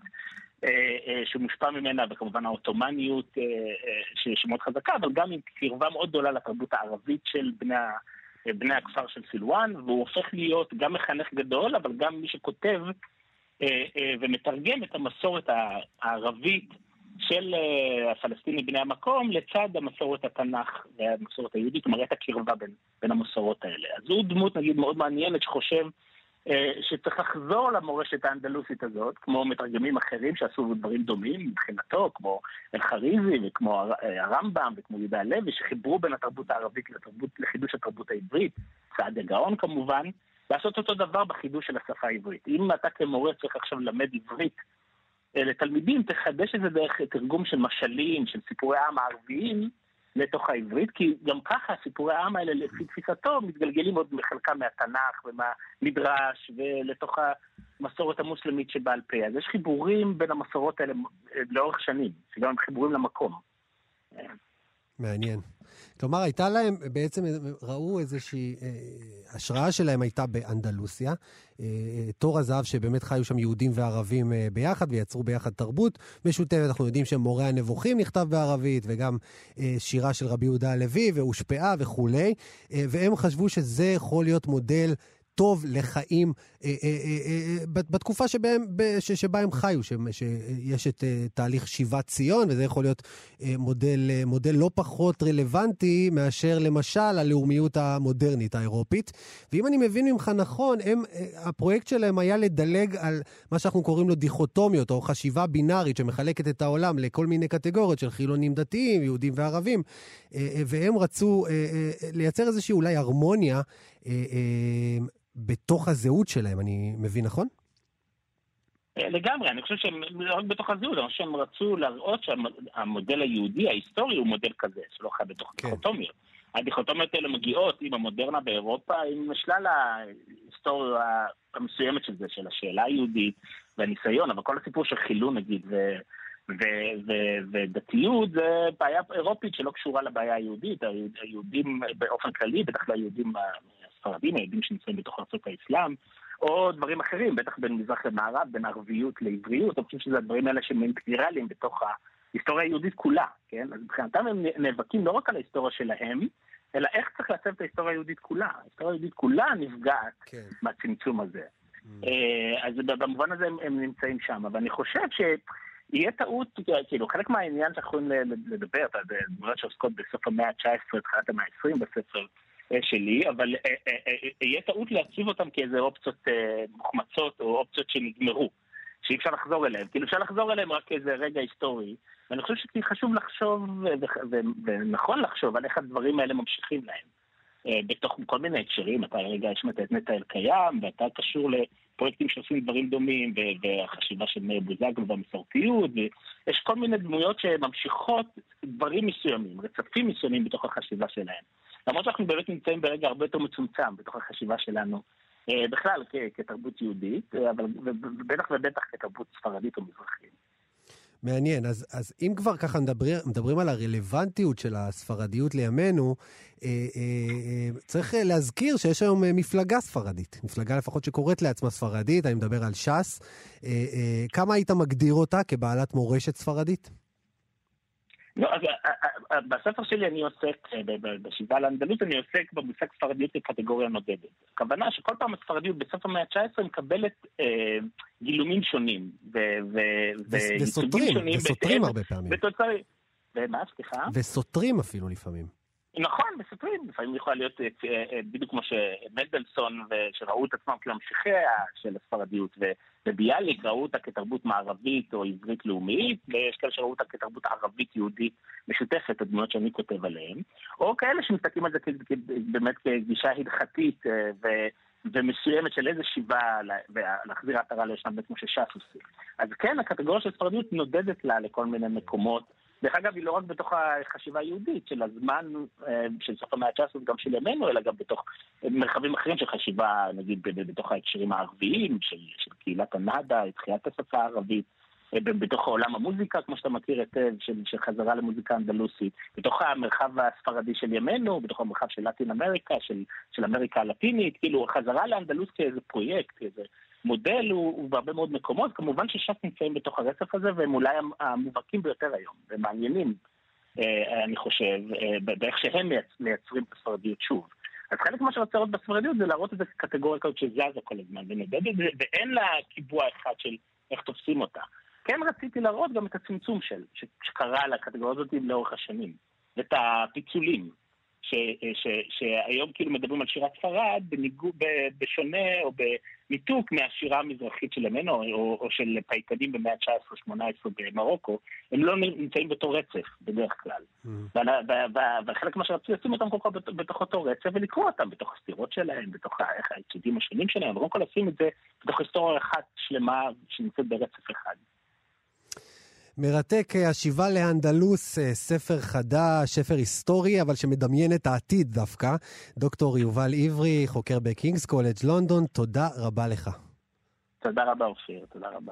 שמושפע ממנה, וכמובן האוטומניות שמאוד חזקה, אבל גם עם קרבה מאוד גדולה לתרבות הערבית של בני הכפר של סילואן, והוא הופך להיות גם מחנך גדול, אבל גם מי שכותב ומתרגם את המסורת הערבית של הפלסטינים בני המקום, לצד המסורת התנ"ך והמסורת היהודית, הוא מראה את הקרבה בין המסורות האלה. אז זו דמות, נגיד, מאוד מעניינת שחושב שצריך לחזור למורשת האנדלוסית הזאת, כמו מתרגמים אחרים שעשו דברים דומים מבחינתו, כמו אל-חריזי וכמו הרמב"ם וכמו יהודה הלוי, שחיברו בין התרבות הערבית לחידוש התרבות העברית, סעדיה גאון כמובן, לעשות אותו דבר בחידוש של השפה העברית. אם אתה כמורה צריך עכשיו ללמד עברית לתלמידים, תחדש את זה דרך תרגום של משלים, של סיפורי העם הערביים, לתוך העברית, כי גם ככה סיפורי העם האלה לפי תפיסתו מתגלגלים עוד מחלקם מהתנ"ך ומהמדרש ולתוך המסורת המוסלמית שבעל פה. אז יש חיבורים בין המסורות האלה לאורך שנים, שגם הם חיבורים למקום. מעניין. כלומר, הייתה להם, בעצם ראו איזושהי, השראה שלהם הייתה באנדלוסיה, תור הזהב שבאמת חיו שם יהודים וערבים ביחד, ויצרו ביחד תרבות משותפת. אנחנו יודעים שמורה הנבוכים נכתב בערבית, וגם שירה של רבי יהודה הלוי, והושפעה וכולי, והם חשבו שזה יכול להיות מודל טוב לחיים בתקופה שבה הם חיו, שיש את תהליך שיבת ציון, וזה יכול להיות מודל לא פחות רלוונטי מאשר למשל הלאומיות המודרנית האירופית. ואם אני מבין ממך נכון, הפרויקט שלהם היה לדלג על מה שאנחנו קוראים לו דיכוטומיות, או חשיבה בינארית שמחלקת את העולם לכל מיני קטגוריות של חילונים דתיים, יהודים וערבים, והם רצו לייצר איזושהי אולי הרמוניה בתוך הזהות שלהם, אני מבין נכון? לגמרי, אני חושב שהם לא רק בתוך הזהות, אני חושב שהם רצו להראות שהמודל היהודי, ההיסטורי, הוא מודל כזה, שלא חי בתוך דיכוטומיות. הדיכוטומיות האלה מגיעות עם המודרנה באירופה, עם שלל ההיסטוריה המסוימת של זה, של השאלה היהודית והניסיון, אבל כל הסיפור של חילון נגיד ודתיות זה בעיה אירופית שלא קשורה לבעיה היהודית. היהודים באופן כללי, בטח ליהודים הספרדים, היהודים שנמצאים בתוך ארצות האסלאם, או דברים אחרים, בטח בין מזרח למערב, בין ערביות לעבריות, אני חושב שזה הדברים האלה שהם אינטגרליים בתוך ההיסטוריה היהודית כולה, כן? אז מבחינתם הם נאבקים לא רק על ההיסטוריה שלהם, אלא איך צריך לעצב את ההיסטוריה היהודית כולה. ההיסטוריה היהודית כולה נפגעת מהצמצום הזה. אז במובן הזה הם נמצאים שם, אבל אני חושב שיהיה טעות, כאילו, חלק מהעניין שאנחנו יכולים לדבר, דמויות שעוסקות בסוף המאה ה-19, תחילת המאה ה-20 בספר שלי, אבל יהיה טעות להציב אותם כאיזה אופציות מוחמצות או אופציות שנגמרו, שאי אפשר לחזור אליהם. כאילו אפשר לחזור אליהם רק כאיזה רגע היסטורי, ואני חושב שחשוב לחשוב, ונכון לחשוב על איך הדברים האלה ממשיכים להם. בתוך כל מיני הקשרים, אתה רגע יש את נטע אלקיים, ואתה קשור לפרויקטים שעושים דברים דומים, והחשיבה של מאיר בוזגלו והמסורתיות, ויש כל מיני דמויות שממשיכות דברים מסוימים, רצפים מסוימים בתוך החשיבה שלהם. למרות שאנחנו באמת נמצאים ברגע הרבה יותר מצומצם בתוך החשיבה שלנו, בכלל כתרבות יהודית, אבל בטח ובטח כתרבות ספרדית או מזרחית. מעניין, אז אם כבר ככה מדברים על הרלוונטיות של הספרדיות לימינו, צריך להזכיר שיש היום מפלגה ספרדית, מפלגה לפחות שקוראת לעצמה ספרדית, אני מדבר על ש"ס. כמה היית מגדיר אותה כבעלת מורשת ספרדית? לא, אז בספר שלי אני עוסק, בשיבה לאנדלוס, אני עוסק במושג ספרדיות כקטגוריה נודדת. הכוונה שכל פעם הספרדיות בסוף המאה ה-19 מקבלת גילומים שונים, וסותרים הרבה פעמים. ומה, סליחה? וסותרים אפילו לפעמים. נכון, בסופרים. לפעמים יכולה להיות בדיוק כמו שמנדלסון שראו את עצמם כממשיכיה של הספרדיות, וביאליק ראו אותה כתרבות מערבית או עברית לאומית, ויש כאלה שראו אותה כתרבות ערבית יהודית משותפת, הדמויות שאני כותב עליהן, או כאלה שמסתכלים על זה באמת כגישה הלכתית ומסוימת של איזה שיבה להחזיר עטרה ליושנה כמו שש"ס עושים. אז כן, הקטגוריה של הספרדיות נודדת לה לכל מיני מקומות. דרך אגב, היא לא רק בתוך החשיבה היהודית של הזמן של סוף המאה ה-19 גם של ימינו, אלא גם בתוך מרחבים אחרים של חשיבה, נגיד בתוך ההקשרים הערביים, של קהילת הנהדה, תחיית השפה הערבית, בתוך העולם המוזיקה, כמו שאתה מכיר היטב, של חזרה למוזיקה אנדלוסית, בתוך המרחב הספרדי של ימינו, בתוך המרחב של לטין אמריקה, של אמריקה הלטינית, כאילו חזרה לאנדלוס כאיזה פרויקט, כאיזה מודל הוא בהרבה מאוד מקומות, כמובן שש"ס נמצאים בתוך הרצף הזה, והם אולי המובהקים ביותר היום, ומעניינים, אני חושב, באיך שהם מייצרים את הספרדיות שוב. אז חלק מה שרוצה לראות בספרדיות זה להראות את זה כקטגוריה כזאת שזזה כל הזמן, ונודדת, ואין לה קיבוע אחד של איך תופסים אותה. כן רציתי להראות גם את הצמצום שקרה לקטגוריה הזאת לאורך השנים, את הפיצולים, שהיום כאילו מדברים על שירת ספרד בשונה או בניתוק מהשירה המזרחית של ימינו או של פייקדים במאה ה-19-18 במרוקו, הם לא נמצאים בתור רצף בדרך כלל. וחלק מה שרצו לשים אותם כל כך בתוך אותו רצף ולקרוא אותם בתוך הסתירות שלהם, בתוך העיצודים השונים שלהם, אבל כל לשים את זה בתוך היסטוריה אחת שלמה שנמצאת ברצף אחד. מרתק, השיבה לאנדלוס, ספר חדש, ספר היסטורי, אבל שמדמיין את העתיד דווקא. דוקטור יובל עברי, חוקר בקינגס קולג' לונדון, תודה רבה לך. תודה רבה אופיר, תודה רבה.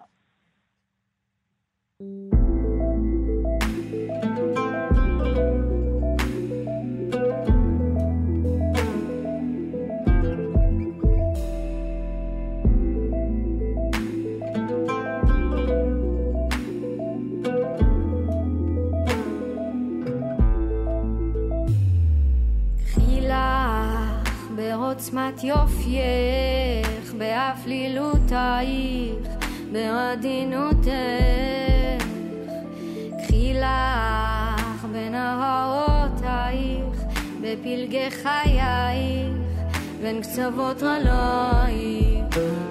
בעוצמת יופייך, באפלילותייך, בעדינותך, קחי לך בנהרותייך, בפלגי חייך, בין קצוות רלייך,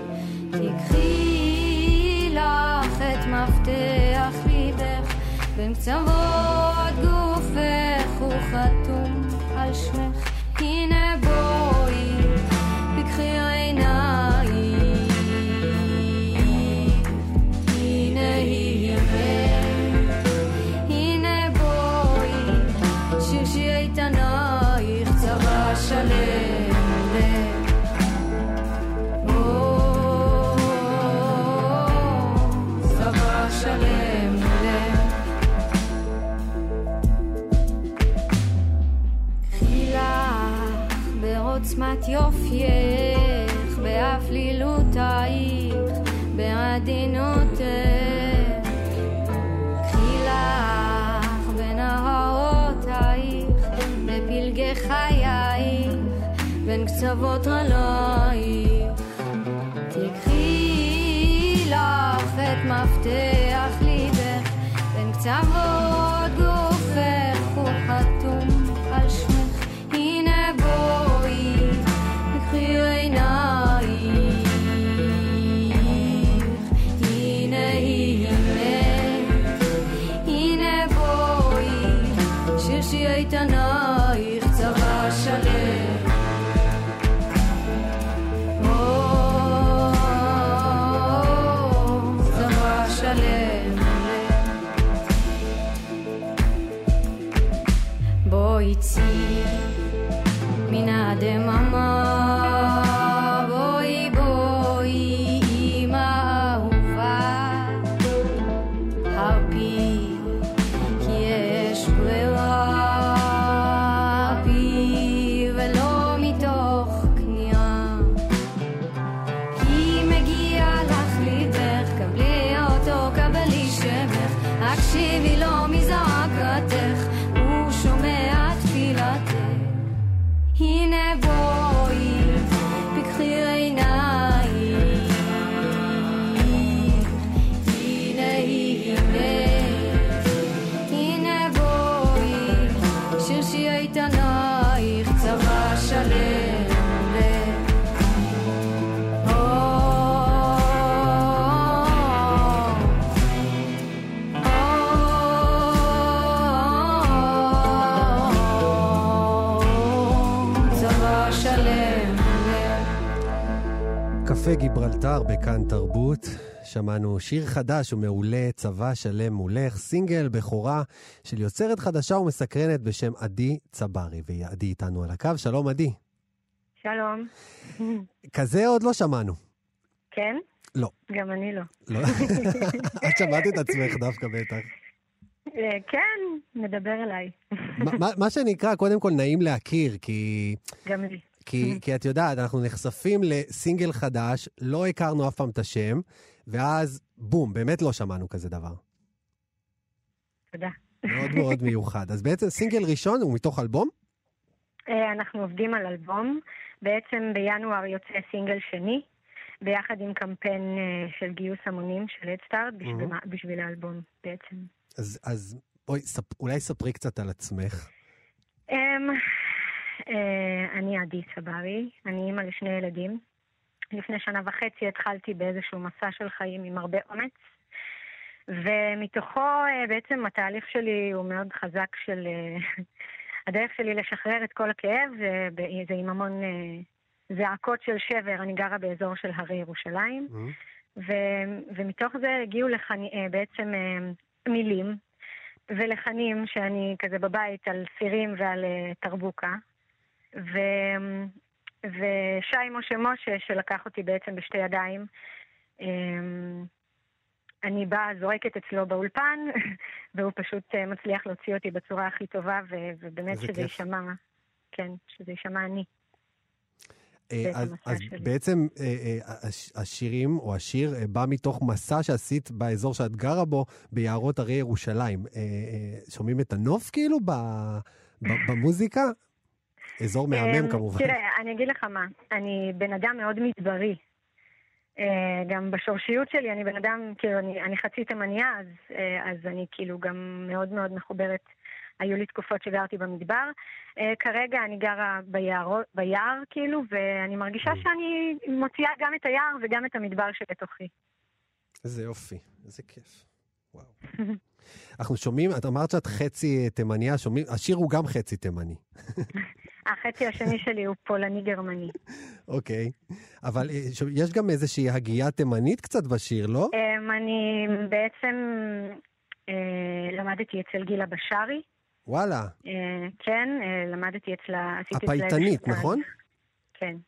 תקחי לך את מפתח ליבך, בין קצוות גופך, הוא חתום על שמך. הנה בואי, פקחי עיניים, הנה היא ימך, הנה בואי, שרשי איתנייך, צבא שלם לך, צבא שלם לך. בעוצמת יופייך, באפלילותייך, בעדינותך, קחי לך בנהרותייך, בפלגי חייך, בין קצוות רלייך, תקחי לך את מפתח ליבך, בין קצוות גופך, הוא חתום על שמך. הנה בואי, פקחי עינייך, הנה היא ימך, הנה בואי, שרשי איתנייך, צבא שלם, צבא שלם. בואי ציר מן הדממה, בואי בואי אמא אהובה, הרפי כי יש ברירה, הרפי ולא מתוך כניעה, כי מגיע לך ליבך, קבלי אותו, קבלי שמך, הקשיבי לו מזעקתך, קפה גיברלטר בכאן תרבות, שמענו שיר חדש ומעולה, צבא שלם מולך, סינגל בכורה של יוצרת חדשה ומסקרנת בשם עדי צברי, ועדי איתנו על הקו. שלום עדי. שלום. כזה עוד לא שמענו. כן? לא. גם אני לא. לא? את שמעת את עצמך דווקא בטח. כן, מדבר אליי. מה שנקרא, קודם כל נעים להכיר, כי... גם לי. כי את יודעת, אנחנו נחשפים לסינגל חדש, לא הכרנו אף פעם את השם, ואז בום, באמת לא שמענו כזה דבר. תודה. מאוד מאוד מיוחד. אז בעצם סינגל ראשון הוא מתוך אלבום? אנחנו עובדים על אלבום. בעצם בינואר יוצא סינגל שני, ביחד עם קמפיין של גיוס המונים של הדסטארט, בשביל האלבום בעצם. אז אולי ספרי קצת על עצמך. אני עדי צברי, אני אימא לשני ילדים. לפני 1.5 שנה התחלתי באיזשהו מסע של חיים עם הרבה אומץ, ומתוכו בעצם התהליך שלי הוא מאוד חזק של... הדרך שלי לשחרר את כל הכאב, זה עם המון זעקות של שבר. אני גרה באזור של הרי ירושלים, ומתוך זה הגיעו בעצם מילים ולחנים שאני כזה בבית על סירים ועל תרבוקה. ושי משה שלקח אותי בעצם בשתי ידיים, אני באה, זורקת אצלו באולפן, והוא פשוט מצליח להוציא אותי בצורה הכי טובה, ובאמת שזה יישמע, כן, שזה יישמע אני. אז בעצם השירים או השיר בא מתוך מסע שעשית באזור שאת גרה בו, ביערות הרי ירושלים. שומעים את הנוף כאילו במוזיקה? אזור מהמם כמובן. תראה, אני אגיד לך מה, אני בן אדם מאוד מדברי. גם בשורשיות שלי אני בן אדם, כאילו אני חצי תימניה, אז אני כאילו גם מאוד מאוד מחוברת. היו לי תקופות שגרתי במדבר. כרגע אני גרה ביער כאילו, ואני מרגישה שאני מוציאה גם את היער וגם את המדבר שבתוכי. איזה יופי, איזה כיף. וואו. אנחנו שומעים, את אמרת שאת חצי תימניה, שומעים, השיר הוא גם חצי תימני. החצי השני שלי הוא פולני-גרמני. אוקיי. אבל יש גם איזושהי הגייה תימנית קצת בשיר, לא? אני בעצם למדתי אצל גילה בשרי. וואלה. כן, למדתי אצלה... הפייטנית, נכון? כן.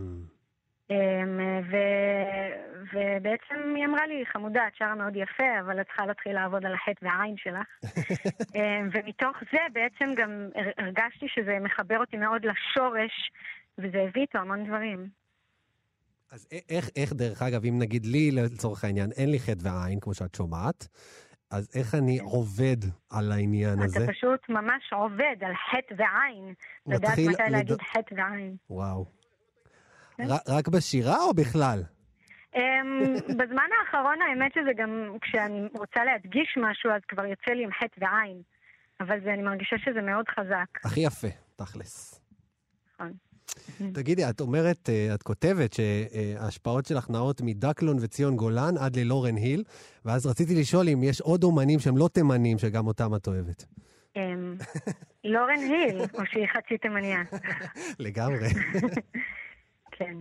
ובעצם היא אמרה לי, חמודה, את שרה מאוד יפה, אבל את צריכה להתחיל לעבוד על החטא והעין שלך. ומתוך זה בעצם גם הרגשתי שזה מחבר אותי מאוד לשורש, וזה הביא איתו המון דברים. אז איך דרך אגב, אם נגיד לי לצורך העניין, אין לי חטא והעין, כמו שאת שומעת, אז איך אני עובד על העניין הזה? אתה פשוט ממש עובד על חטא ועין. לדעת מתי להגיד חטא ועין. וואו. רק בשירה או בכלל? בזמן האחרון האמת שזה גם כשאני רוצה להדגיש משהו אז כבר יוצא לי עם חטא ועין. אבל אני מרגישה שזה מאוד חזק. הכי יפה, תכלס. נכון. תגידי, את אומרת, את כותבת שההשפעות שלך נעות מדקלון וציון גולן עד ללורן היל, ואז רציתי לשאול אם יש עוד אומנים שהם לא תימנים שגם אותם את אוהבת. לורן היל, או שהיא חצי תימניה. לגמרי. כן.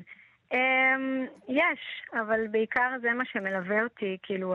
יש, אבל בעיקר זה מה שמלווה אותי, כאילו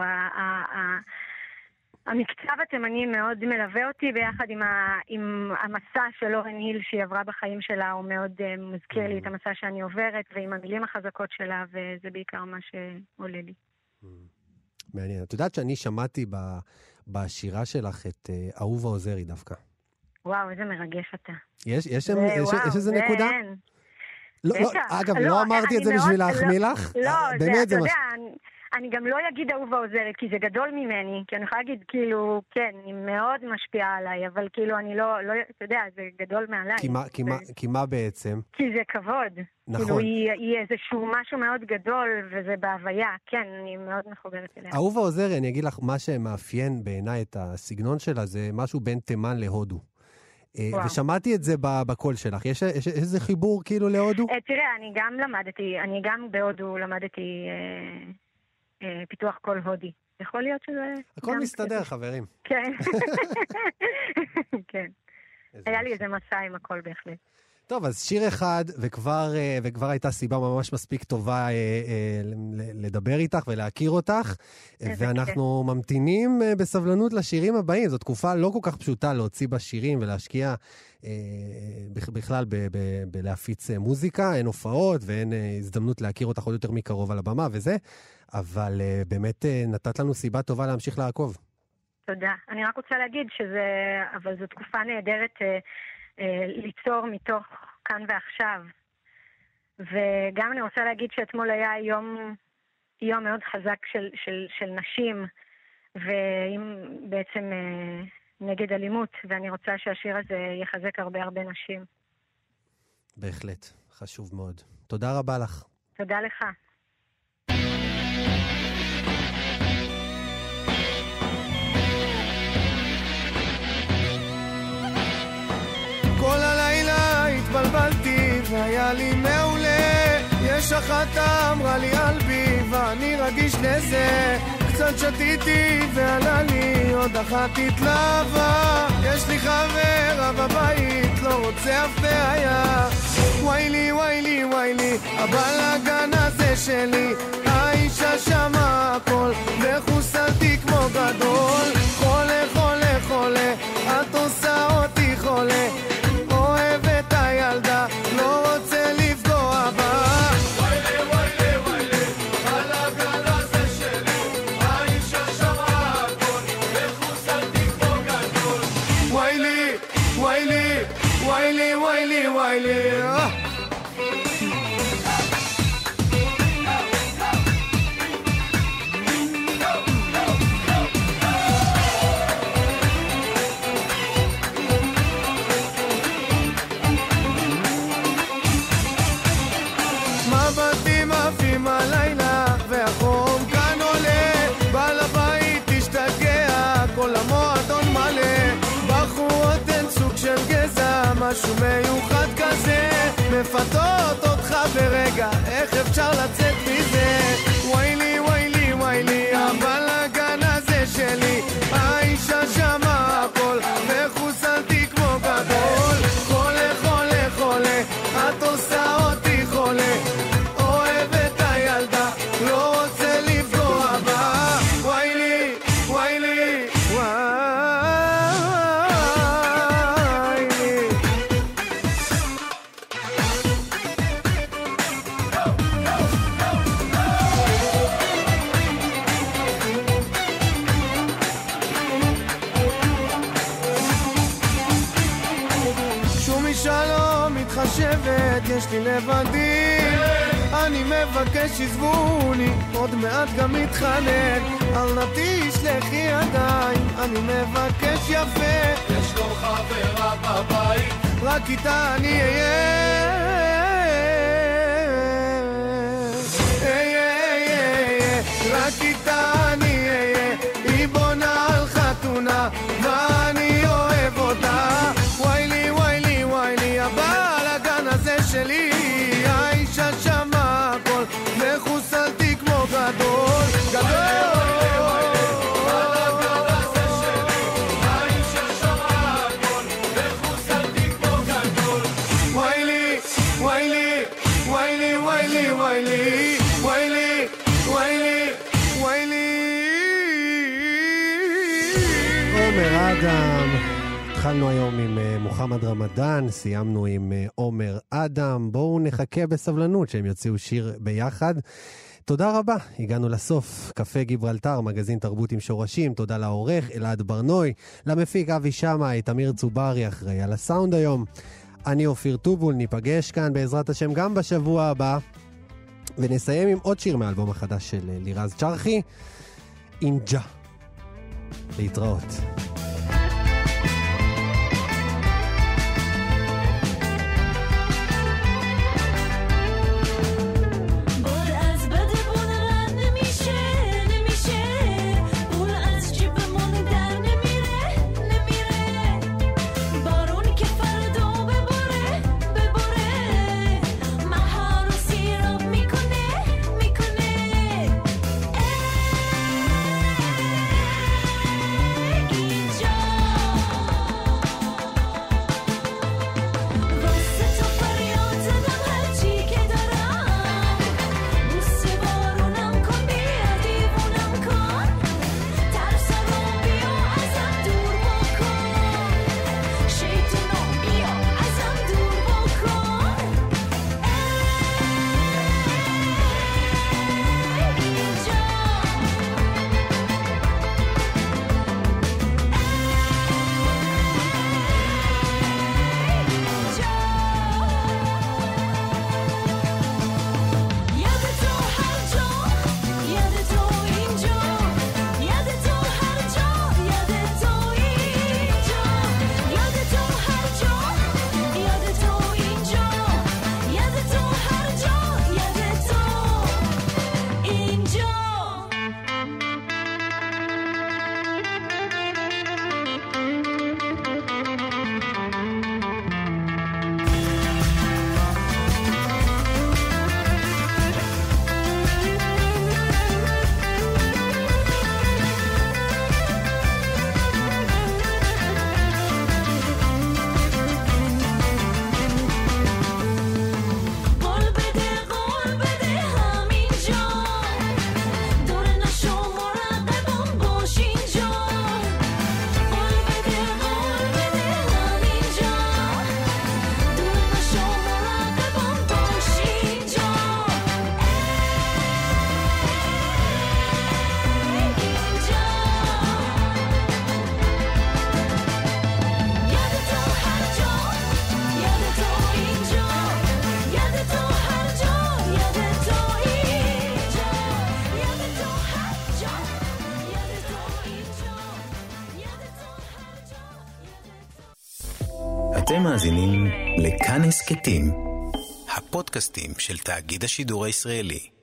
המקצב התימני מאוד מלווה אותי ביחד עם המסע של לורן היל שהיא עברה בחיים שלה, הוא מאוד מזכיר לי את המסע שאני עוברת, ועם המילים החזקות שלה, וזה בעיקר מה שעולה לי. מעניין. את יודעת שאני שמעתי בשירה שלך את אהובה עוזרי דווקא. וואו, איזה מרגש אתה. יש איזה נקודה? לא, אגב, לא אמרתי את זה בשביל להחמיא לך. לא, אתה יודע, אני גם לא אגיד אהובה עוזרת, כי זה גדול ממני, כי אני יכולה להגיד, כאילו, כן, היא מאוד משפיעה עליי, אבל כאילו, אני לא, אתה יודע, זה גדול מעליי. כי מה בעצם? כי זה כבוד. נכון. כאילו, היא איזשהו משהו מאוד גדול, וזה בהוויה, כן, אני מאוד מחוברת אליה. אהובה עוזרי, אני אגיד לך, מה שמאפיין בעיניי את הסגנון שלה, זה משהו בין תימן להודו. ושמעתי את זה בקול שלך. יש איזה חיבור כאילו להודו? תראה, אני גם בהודו למדתי פיתוח קול הודי. יכול להיות שזה... הכל מסתדר, חברים. כן. כן. היה לי איזה מסע עם הכל בהחלט. טוב, אז שיר אחד, וכבר הייתה סיבה ממש מספיק טובה לדבר איתך ולהכיר אותך, ואנחנו ממתינים בסבלנות לשירים הבאים. זו תקופה לא כל כך פשוטה להוציא בשירים ולהשקיע בכלל בלהפיץ מוזיקה, אין הופעות ואין הזדמנות להכיר אותך עוד יותר מקרוב על הבמה וזה, אבל באמת נתת לנו סיבה טובה להמשיך לעקוב. תודה. אני רק רוצה להגיד אבל זו תקופה נהדרת ליצור מתוך כאן ועכשיו. וגם אני רוצה להגיד שאתמול היה יום מאוד חזק של נשים, ובעצם נגד אלימות, ואני רוצה שהשיר הזה יחזק הרבה נשים. בהחלט, חשוב מאוד. תודה רבה לך. תודה לך. כל הלילה התבלבלתי והיה לי מעולה, יש אחת אמרה לי אלבי ואני רגיש לזה, קצת שתיתי ועלה לי עוד אחת התלהבה, יש לי חברה בבית לא רוצה אף בעיה, ויילי ויילי ויילי הבלגן הזה שלי, האישה שמה הכל וחוסלתי כמו גדול, חולה חולה חולה את עושה אותי חולה, אוהב את הילדה לא רוצה לפגוע בה, ויילי ויילי ויילי הבלגן הזה שלי, האישה שמה הכל וחוסלתי כמו גדול, ויילי ויילי ויילי ויילי ויילי משהו מיוחד כזה מפתות אותך ברגע, איך אפשר לצאת מזה, ויילי ויילי ויילי הבלגן הזה שלי, האישה שמה הכל וחוסלתי כמו גדול, חולה חולה חולה את עושה אותי חולה, אוהב את הילדה לא רוצה לפגוע בה, ויילי ויילי יש לי לבדי, אני מבקש עזבוני, עוד מעט גם מתחנן, אל נתי שלחי ידיים, אני מבקש יפה, יש לו חברה בבית, רק איתה אני אהיה, רק איתה אני אהיה, היא בונה על חתונה, ואני אוהב אותה, ויילי ויילי ויילי הבלגן הזה שלי, האישה שמה הכל וחוסלתי כמו גדול, גדול, הבלגן הזה שלי, האישה שמה הכל וחוסלתי כמו גדול, ויילי ויילי ויילי ויילי ויילי ויילי ויילי ויילי. עומר אדם, התחלנו היום עם מוחמד רמדאן, סיימנו עם עומר אדם, בואו נחכה בסבלנות שהם יוציאו שיר ביחד. תודה רבה, הגענו לסוף. קפה גיברלטר, מגזין תרבות עם שורשים, תודה לעורך אלעד ברנוי, למפיק אבי שמאי, תמיר צוברי אחראי על הסאונד היום. אני אופיר טובול, ניפגש כאן בעזרת השם גם בשבוע הבא, ונסיים עם עוד שיר מאלבום החדש של לירז צ'רחי, אינג'ה. להתראות. Hey אתם מאזינים לכאן הסכתים, הפודקאסטים של תאגיד השידור הישראלי.